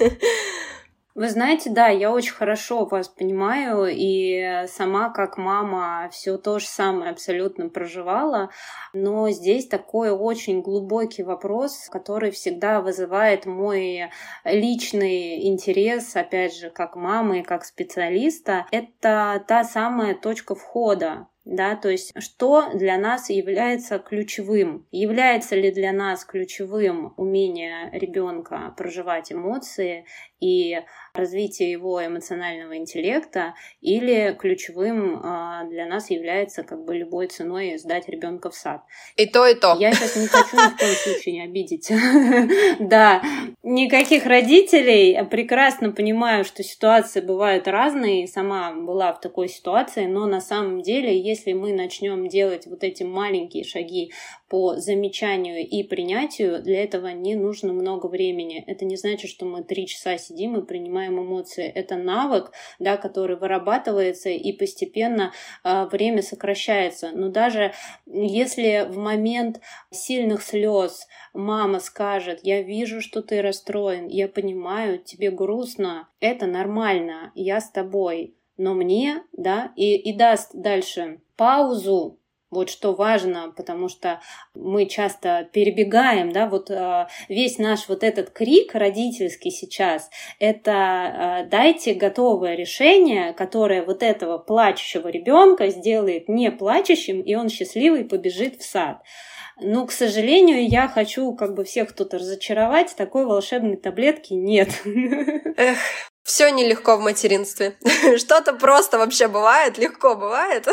Вы знаете, да, я очень хорошо вас понимаю, и сама как мама все то же самое абсолютно проживала, но здесь такой очень глубокий вопрос, который всегда вызывает мой личный интерес, опять же, как мамы, как специалиста. Это та самая точка входа. Да, то есть, что для нас является ключевым? Является ли для нас ключевым умение ребенка проживать эмоции и развитие его эмоционального интеллекта, или ключевым э, для нас является как бы любой ценой сдать ребенка в сад? И то, и то. Я сейчас не хочу ни в коем случае не обидеть. Да, никаких родителей. Прекрасно понимаю, что ситуации бывают разные. Сама была в такой ситуации, но на самом деле, если мы начнем делать вот эти маленькие шаги по замечанию и принятию, для этого не нужно много времени. Это не значит, что мы три часа сидим и принимаем эмоции. Это навык, да, который вырабатывается, и постепенно э, время сокращается. Но даже если в момент сильных слез мама скажет: я вижу, что ты расстроен, я понимаю, тебе грустно, это нормально, я с тобой, но мне, да, и, и даст дальше паузу. Вот что важно, потому что мы часто перебегаем, да, вот э, весь наш вот этот крик родительский сейчас, это э, дайте готовое решение, которое вот этого плачущего ребенка сделает не плачущим, и он счастливый побежит в сад. Ну, к сожалению, я хочу как бы всех тут разочаровать, такой волшебной таблетки нет. Эх. Все нелегко в материнстве. Что-то просто вообще бывает, легко бывает.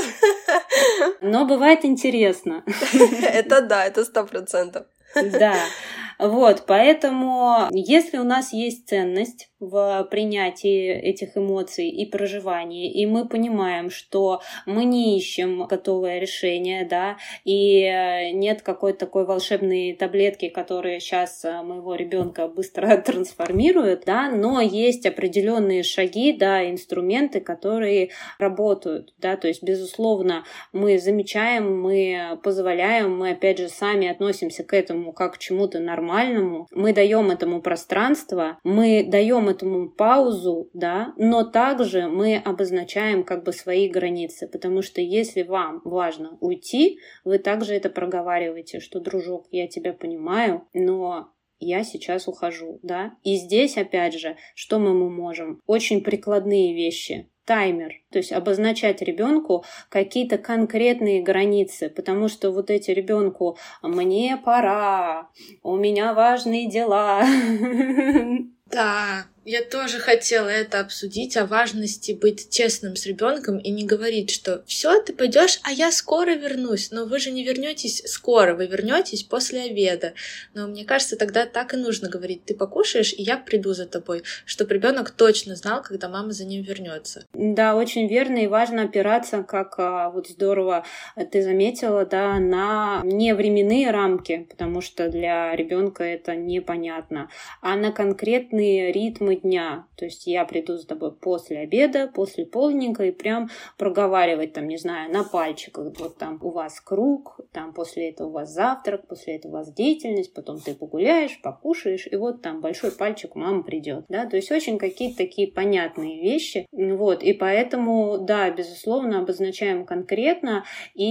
Но бывает интересно. Это да, это сто процентов. Да. Вот, поэтому, если у нас есть ценность в принятии этих эмоций и проживании, и мы понимаем, что мы не ищем готовое решение, да, и нет какой-то такой волшебной таблетки, которая сейчас моего ребенка быстро трансформирует, да, но есть определенные шаги, да, инструменты, которые работают, да, то есть, безусловно, мы замечаем, мы позволяем, мы, опять же, сами относимся к этому как к чему-то нормальному, мы даем этому пространство, мы даем этому паузу, да, но также мы обозначаем как бы свои границы, потому что если вам важно уйти, вы также это проговариваете, что, дружок, я тебя понимаю, но я сейчас ухожу, да. И здесь, опять же, что мы можем? Очень прикладные вещи. Таймер, то есть обозначать ребенку какие-то конкретные границы, потому что вот эти ребенку «мне пора», «у меня важные дела». Да, я тоже хотела это обсудить, о важности быть честным с ребенком и не говорить, что все, ты пойдешь, а я скоро вернусь. Но вы же не вернетесь скоро, вы вернетесь после обеда. Но мне кажется, тогда так и нужно говорить: ты покушаешь, и я приду за тобой, чтобы ребенок точно знал, когда мама за ним вернется. Да, очень верно, и важно опираться, как вот здорово ты заметила, да, на не временные рамки, потому что для ребенка это непонятно, а на конкретные ритмы дня. То есть я приду за тобой после обеда, после полдника, и прям проговаривать, там, не знаю, на пальчиках, вот там у вас круг, там после этого у вас завтрак, после этого у вас деятельность, потом ты погуляешь, покушаешь, и вот там большой пальчик мама придет, да, то есть очень какие-то такие понятные вещи, вот, и поэтому, да, безусловно, обозначаем конкретно,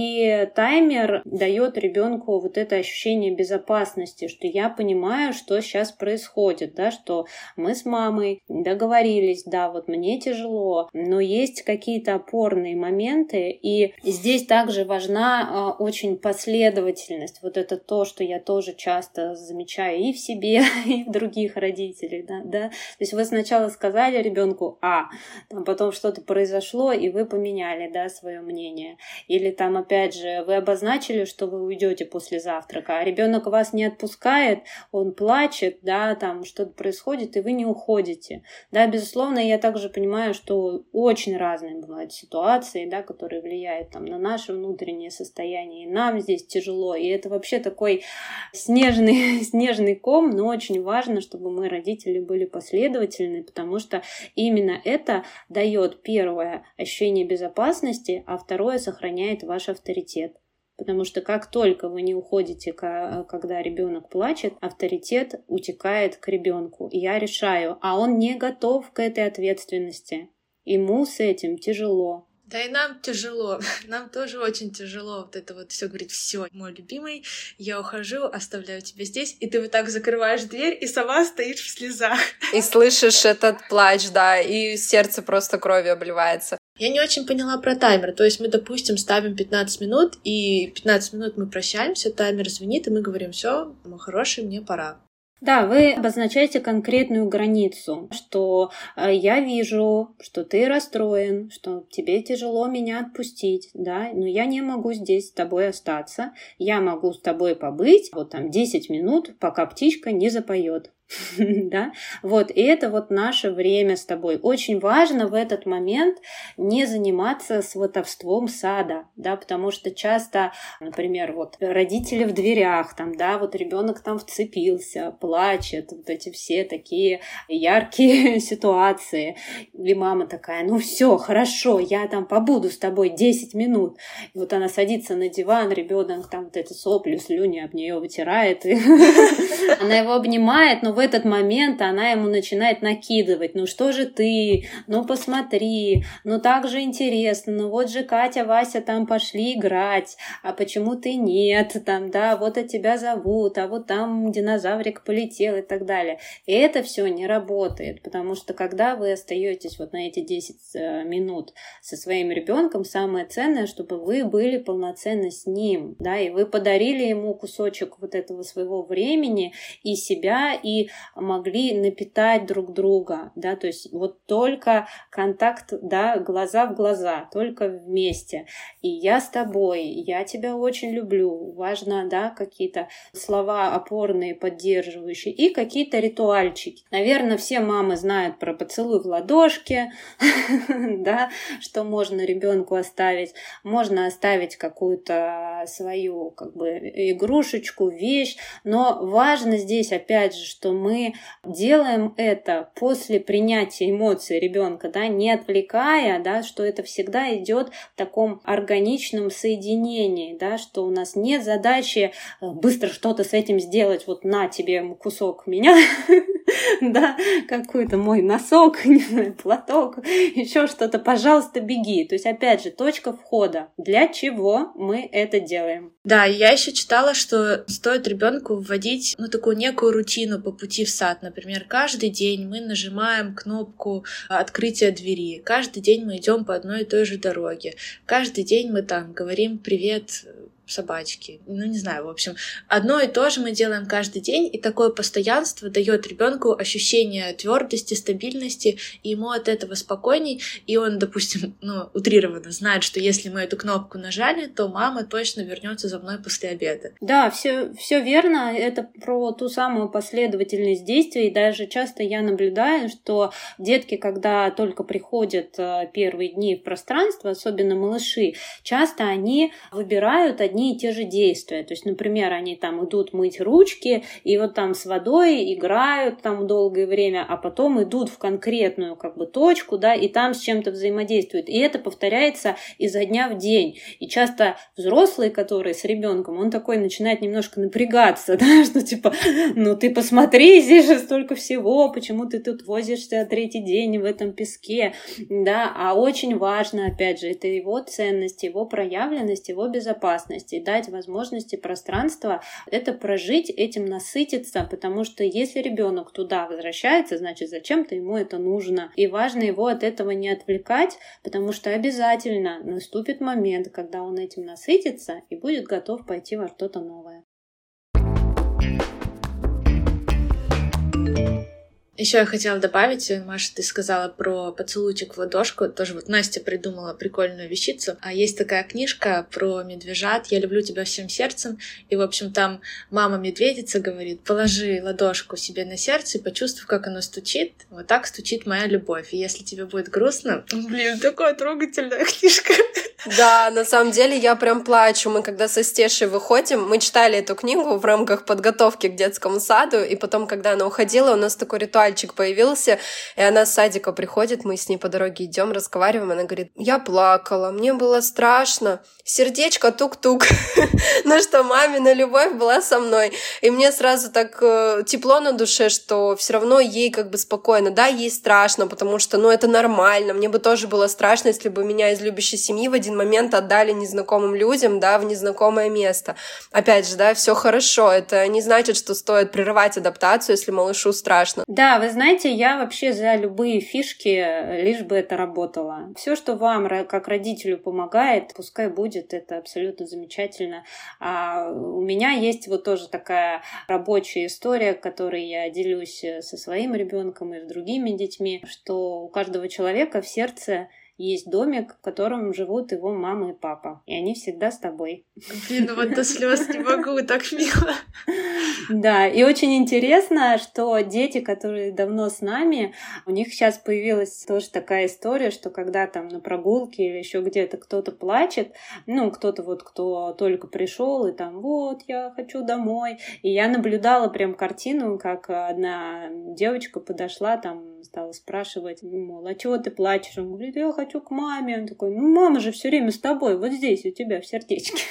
и таймер дает ребенку вот это ощущение безопасности, что я понимаю, что сейчас происходит, да, что мы с мамой договорились, да, вот мне тяжело, но есть какие-то опорные моменты, и здесь также важна э, очень последовательность. Вот это то, что я тоже часто замечаю и в себе, и в других родителях, да, да. То есть вы сначала сказали ребенку А, там потом что-то произошло, и вы поменяли, да, свое мнение. Или там, опять же, вы обозначили, что вы уйдете после завтрака, а ребенок вас не отпускает, он плачет, да, там что-то происходит, и вы не уходите. Да, безусловно, я также понимаю, что очень разные бывают ситуации, да, которые влияют там, на наше внутреннее состояние, и нам здесь тяжело, и это вообще такой снежный, снежный ком, но очень важно, чтобы мы, родители, были последовательны, потому что именно это дает, первое, ощущение безопасности, а второе, сохраняет ваш авторитет. Потому что как только вы не уходите, когда ребенок плачет, авторитет утекает к ребенку. И я решаю, а он не готов к этой ответственности. Ему с этим тяжело. Да и нам тяжело, нам тоже очень тяжело вот это вот все говорить: все, мой любимый, я ухожу, оставляю тебя здесь, и ты вот так закрываешь дверь и сама стоишь в слезах. И слышишь этот плач, да, и сердце просто кровью обливается. Я не очень поняла про таймер, то есть мы, допустим, ставим пятнадцать минут, и пятнадцать минут мы прощаемся, таймер звенит, и мы говорим: все, мой хороший, мне пора. Да, вы обозначаете конкретную границу, что э, я вижу, что ты расстроен, что тебе тяжело меня отпустить, да, но я не могу здесь с тобой остаться, я могу с тобой побыть вот там десять минут, пока птичка не запоет. Да, вот, и это вот наше время с тобой. Очень важно в этот момент не заниматься сватовством сада, да, потому что часто, например, вот родители в дверях, там, да, вот ребенок там вцепился, плачет, вот эти все такие яркие ситуации, и мама такая: ну все, хорошо, я там побуду с тобой десять минут, и вот она садится на диван, ребенок там вот эти сопли, слюни об нее вытирает, и она его обнимает, но в в этот момент она ему начинает накидывать: ну что же ты, ну посмотри, ну так же интересно, ну вот же Катя, Вася там пошли играть, а почему ты нет, там, да, вот от тебя зовут, а вот там динозаврик полетел и так далее. И это все не работает, потому что когда вы остаетесь вот на эти десять минут со своим ребенком, самое ценное, чтобы вы были полноценно с ним, да, и вы подарили ему кусочек вот этого своего времени и себя, и могли напитать друг друга, да, то есть вот только контакт, да, глаза в глаза, только вместе. И я с тобой, я тебя очень люблю. Важно, да, какие-то слова опорные, поддерживающие, и какие-то ритуальчики. Наверное, все мамы знают про поцелуй в ладошки, да, что можно ребенку оставить. Можно оставить какую-то свою, как бы, игрушечку, вещь, но важно здесь, опять же, что мы делаем это после принятия эмоций ребенка, да, не отвлекая, да, что это всегда идет в таком органичном соединении, да, что у нас нет задачи быстро что-то с этим сделать, вот на тебе кусок меня, да, какой-то мой носок, не знаю, платок, еще что-то, пожалуйста, беги. То есть, опять же, точка входа. Для чего мы это делаем? Да, я еще читала, что стоит ребенку вводить, ну, такую некую рутину по пути в сад. Например, каждый день мы нажимаем кнопку открытия двери, каждый день мы идем по одной и той же дороге, каждый день мы там говорим «привет» собачки. Ну, не знаю, в общем, одно и то же мы делаем каждый день, и такое постоянство дает ребенку ощущение твердости, стабильности, и ему от этого спокойней, и он, допустим, ну, утрированно знает, что если мы эту кнопку нажали, то мама точно вернется за мной после обеда. Да, все, все верно. Это про ту самую последовательность действий. Даже часто я наблюдаю, что детки, когда только приходят первые дни в пространство, особенно малыши, часто они выбирают одни и те же действия. То есть, например, они там идут мыть ручки, и вот там с водой играют там долгое время, а потом идут в конкретную как бы точку, да, и там с чем-то взаимодействуют. И это повторяется изо дня в день. И часто взрослый, который с ребенком, он такой начинает немножко напрягаться, да, что типа, ну ты посмотри, здесь же столько всего, почему ты тут возишься третий день в этом песке, да, а очень важно, опять же, это его ценность, его проявленность, его безопасность. И дать возможности пространства это прожить, этим насытиться, потому что если ребенок туда возвращается, значит, зачем-то ему это нужно. И важно его от этого не отвлекать, потому что обязательно наступит момент, когда он этим насытится и будет готов пойти во что-то новое. Еще я хотела добавить, Маша, ты сказала про поцелуйчик в ладошку. Тоже вот Настя придумала прикольную вещицу. А есть такая книжка про медвежат «Я люблю тебя всем сердцем». И, в общем, там мама-медведица говорит: положи ладошку себе на сердце и почувствуй, как оно стучит. Вот так стучит моя любовь. И если тебе будет грустно... Блин, такая трогательная книжка. Да, на самом деле я прям плачу. Мы когда со Стешей выходим, мы читали эту книгу в рамках подготовки к детскому саду, и потом, когда она уходила, у нас такой ритуальчик появился, и она с садика приходит, мы с ней по дороге идем, разговариваем, она говорит: я плакала, мне было страшно, сердечко тук-тук, ну что мамина любовь была со мной. И мне сразу так тепло на душе, что все равно ей как бы спокойно. Да, ей страшно, потому что, ну, это нормально. Мне бы тоже было страшно, если бы меня из любящей семьи в один момент отдали незнакомым людям, да, в незнакомое место. Опять же, да, все хорошо. Это не значит, что стоит прерывать адаптацию, если малышу страшно. Да, вы знаете, я вообще за любые фишки, лишь бы это работало. Все, что вам, как родителю, помогает, пускай будет, это абсолютно замечательно. А у меня есть вот тоже такая рабочая история, которой я делюсь со своим ребенком и с другими детьми, что у каждого человека в сердце есть домик, в котором живут его мама и папа. И они всегда с тобой. Блин, ну вот до слез не могу, так мило. Да, и очень интересно, что дети, которые давно с нами, у них сейчас появилась тоже такая история, что когда там на прогулке или еще где-то кто-то плачет, ну, кто-то вот, кто только пришел, и там, вот, я хочу домой. И я наблюдала прям картину, как одна девочка подошла, там, стала спрашивать, мол, а чего ты плачешь? Он говорит: я хочу к маме. Он такой: ну, мама же все время с тобой, вот здесь у тебя в сердечке.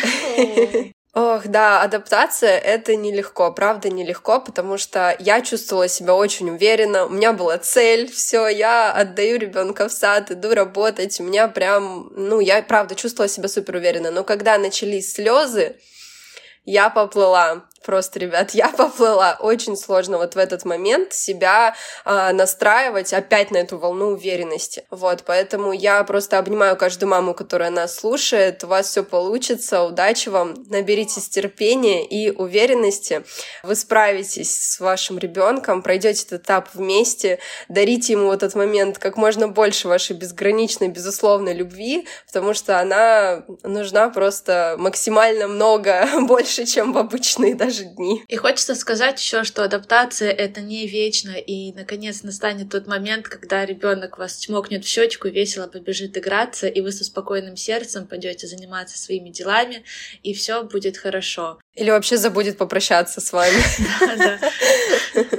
Ох, да, адаптация — это нелегко, правда нелегко, потому что я чувствовала себя очень уверенно, у меня была цель, все, я отдаю ребенка в сад, иду работать, у меня прям, ну, я правда чувствовала себя супер уверенно, но когда начались слезы, я поплыла. Просто, ребят, я поплыла. Очень сложно вот в этот момент себя э, настраивать опять на эту волну уверенности. Вот, поэтому я просто обнимаю каждую маму, которая нас слушает. У вас все получится, удачи вам, наберитесь терпения и уверенности. Вы справитесь с вашим ребенком, пройдете этот этап вместе, дарите ему в этот момент как можно больше вашей безграничной, безусловной любви, потому что она нужна просто максимально много, больше, чем в обычные даже дни. И хочется сказать еще, что адаптация — это не вечно, и наконец настанет тот момент, когда ребенок вас чмокнет в щечку и весело побежит играться, и вы со спокойным сердцем пойдете заниматься своими делами, и все будет хорошо. Или вообще забудет попрощаться с вами.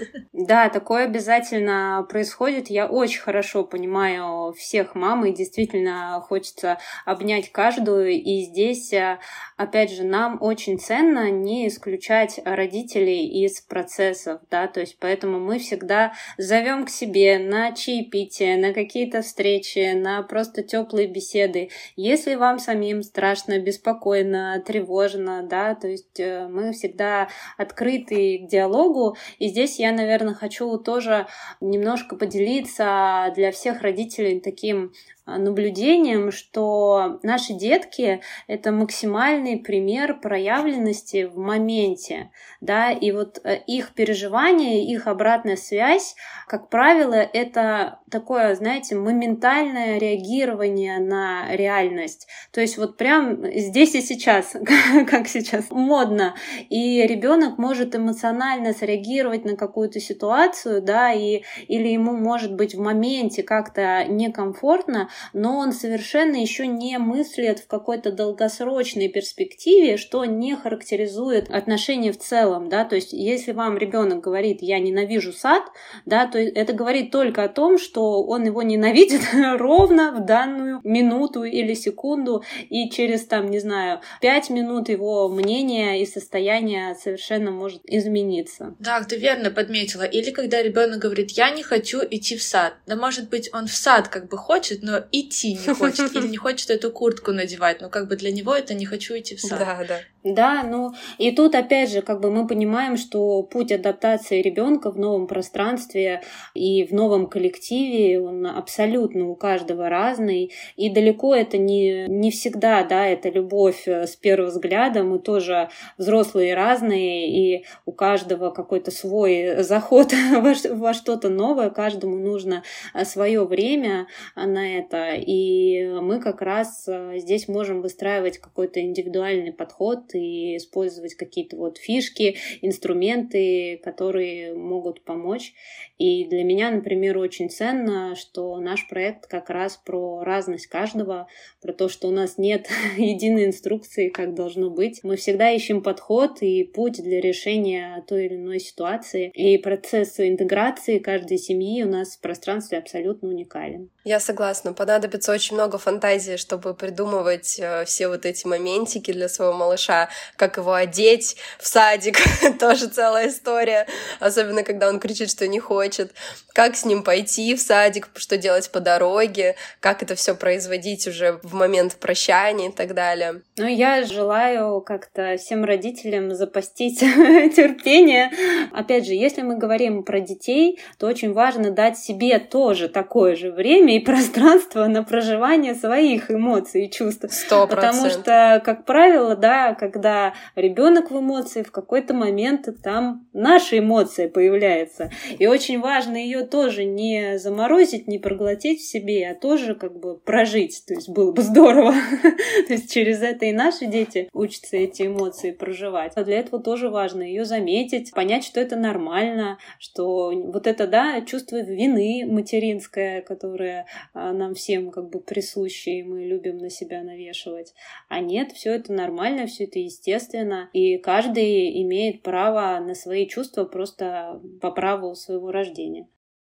Да, такое обязательно происходит. Я очень хорошо понимаю всех мам, и действительно хочется обнять каждую. И здесь, опять же, нам очень ценно не исключать родителей из процессов, да, то есть поэтому мы всегда зовем к себе на чаепитие, на какие-то встречи, на просто теплые беседы. Если вам самим страшно, беспокойно, тревожно, да, то есть мы всегда открыты к диалогу. И здесь я, наверное, хочу тоже немножко поделиться для всех родителей таким наблюдением, что наши детки — это максимальный пример проявленности в моменте, да, и вот их переживания, их обратная связь, как правило, это такое, знаете, моментальное реагирование на реальность, то есть вот прям здесь и сейчас, как сейчас модно, и ребенок может эмоционально среагировать на какую-то ситуацию, да, и, или ему может быть в моменте как-то некомфортно, но он совершенно еще не мыслит в какой-то долгосрочной перспективе, что не характеризует отношения в целом, да, то есть если вам ребенок говорит «я ненавижу сад», да, то это говорит только о том, что он его ненавидит ровно в данную минуту или секунду, и через, там, не знаю, пять минут его мнение и состояние совершенно может измениться. Да, ты верно подметила. Или когда ребенок говорит «я не хочу идти в сад», да, может быть, он в сад как бы хочет, но идти не хочет, или не хочет эту куртку надевать, но как бы для него это «не хочу идти в сад». Да, да. Да, ну и тут опять же как бы мы понимаем, что путь адаптации ребенка в новом пространстве и в новом коллективе, он абсолютно у каждого разный, и далеко это не, не всегда, да, это любовь с первого взгляда, мы тоже взрослые разные, и у каждого какой-то свой заход во, во что-то новое, каждому нужно свое время на это, и мы как раз здесь можем выстраивать какой-то индивидуальный подход и использовать какие-то вот фишки, инструменты, которые могут помочь. И для меня, например, очень ценно, что наш проект как раз про разность каждого, про то, что у нас нет единой инструкции, как должно быть. Мы всегда ищем подход и путь для решения той или иной ситуации. И процесс интеграции каждой семьи у нас в пространстве абсолютно уникален. Я согласна. Понадобится очень много фантазии, чтобы придумывать все вот эти моментики для своего малыша, как его одеть в садик, тоже целая история, особенно когда он кричит, что не хочет, как с ним пойти в садик, что делать по дороге, как это все производить уже в момент прощания и так далее. Ну, я желаю как-то всем родителям запастись терпение. Опять же, если мы говорим про детей, то очень важно дать себе тоже такое же время и пространство на проживание своих эмоций и чувств. Сто процентов. Потому что, как правило, да, когда ребенок в эмоции, в какой-то момент там наша эмоция появляется. И очень важно ее тоже не заморозить, не проглотить в себе, а тоже как бы прожить. То есть было бы здорово. То есть через это и наши дети учатся эти эмоции проживать. А для этого тоже важно ее заметить, понять, что это нормально, что вот это, да, чувство вины материнское, которое нам всем как бы присуще, и мы любим на себя навешивать. А нет, все это нормально, все это естественно, и каждый имеет право на свои чувства просто по праву своего рождения.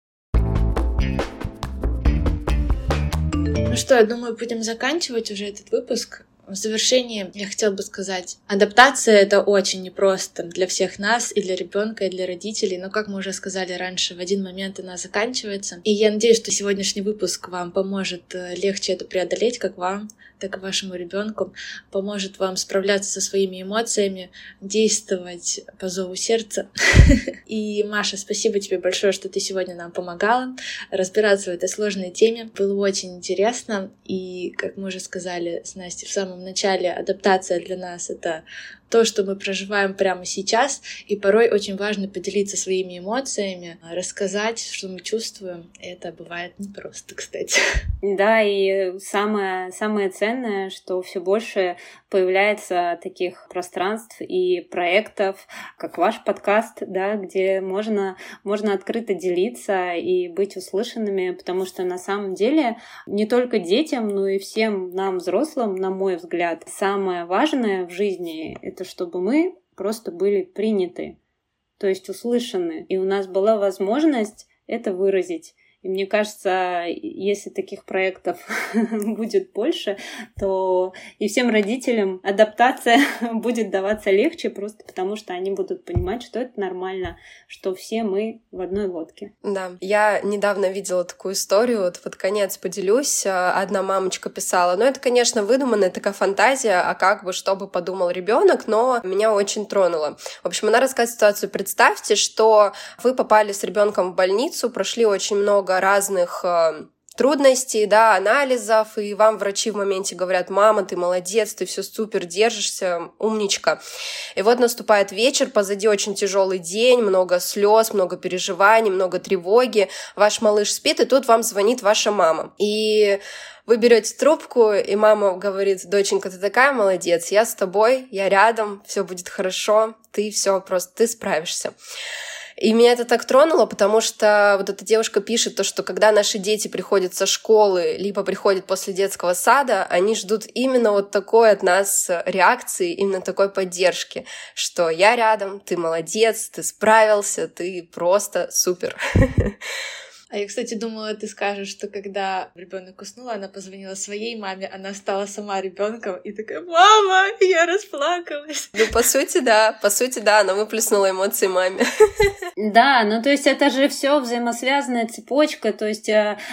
Ну что, я думаю, будем заканчивать уже этот выпуск. В завершении я хотела бы сказать, адаптация — это очень непросто для всех нас, и для ребенка, и для родителей, но, как мы уже сказали раньше, в один момент она заканчивается. И я надеюсь, что сегодняшний выпуск вам поможет легче это преодолеть, как вам, так и вашему ребенку, поможет вам справляться со своими эмоциями, действовать по зову сердца. И, Маша, спасибо тебе большое, что ты сегодня нам помогала разбираться в этой сложной теме. Было очень интересно, и, как мы уже сказали с Настей в самом начале, адаптация для нас — это то, что мы проживаем прямо сейчас, и порой очень важно поделиться своими эмоциями, рассказать, что мы чувствуем. Это бывает непросто, кстати. Да, и самое, самое ценное, что все больше появляется таких пространств и проектов, как ваш подкаст, да, где можно, можно открыто делиться и быть услышанными, потому что на самом деле не только детям, но и всем нам, взрослым, на мой взгляд, самое важное в жизни — это чтобы мы просто были приняты. то есть услышаны, и у нас была возможность это выразить. И мне кажется, если таких проектов будет больше, то и всем родителям адаптация будет даваться легче, просто потому что они будут понимать, что это нормально, что все мы в одной лодке. Да, я недавно видела такую историю, вот под конец поделюсь. Одна мамочка писала, ну это, конечно, выдуманная такая фантазия, а как бы, что бы подумал ребенок, но меня очень тронуло. В общем, она рассказывает ситуацию. Представьте, что вы попали с ребенком в больницу, прошли очень много разных э, трудностей, да, анализов, и вам врачи в моменте говорят: мама, ты молодец, ты все супер держишься, умничка. И вот наступает вечер, позади очень тяжелый день, много слез, много переживаний, много тревоги, ваш малыш спит, и тут вам звонит ваша мама. И вы берете трубку, и мама говорит: доченька, ты такая молодец, я с тобой, я рядом, все будет хорошо, ты все просто, ты справишься. И меня это так тронуло, потому что вот эта девушка пишет то, что когда наши дети приходят со школы, либо приходят после детского сада, они ждут именно вот такой от нас реакции, именно такой поддержки, что я рядом, ты молодец, ты справился, ты просто супер. А я, кстати, думала, ты скажешь, что когда ребенок уснул, она позвонила своей маме, она стала сама ребенком и такая: мама, я расплакалась. Ну, по сути, да, по сути, да, она выплеснула эмоции маме. Да, ну то есть это же все взаимосвязанная цепочка, то есть,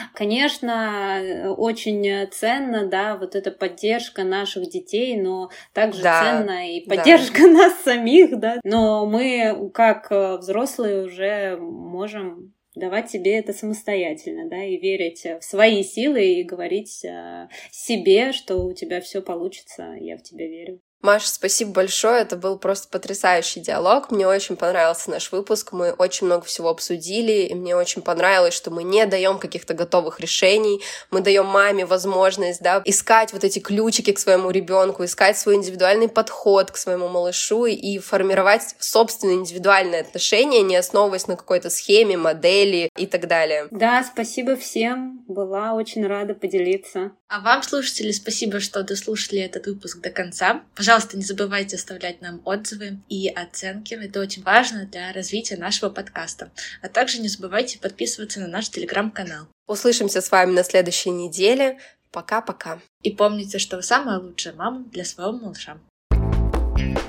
конечно, очень ценно, да, вот эта поддержка наших детей, но также да, ценна и поддержка да. нас самих, да, но мы, как взрослые, уже можем давать себе это самостоятельно, да, и верить в свои силы и говорить себе, что у тебя все получится, я в тебя верю. Маша, спасибо большое, это был просто потрясающий диалог, мне очень понравился наш выпуск, мы очень много всего обсудили, и мне очень понравилось, что мы не даем каких-то готовых решений, мы даем маме возможность, да, искать вот эти ключики к своему ребенку, искать свой индивидуальный подход к своему малышу и формировать собственные индивидуальные отношения, не основываясь на какой-то схеме, модели и так далее. Да, спасибо всем, была очень рада поделиться. А вам, слушатели, спасибо, что дослушали этот выпуск до конца. Пожалуйста, не забывайте оставлять нам отзывы и оценки. Это очень важно для развития нашего подкаста. А также не забывайте подписываться на наш телеграм-канал. Услышимся с вами на следующей неделе. Пока-пока. И помните, что вы самая лучшая мама для своего малыша.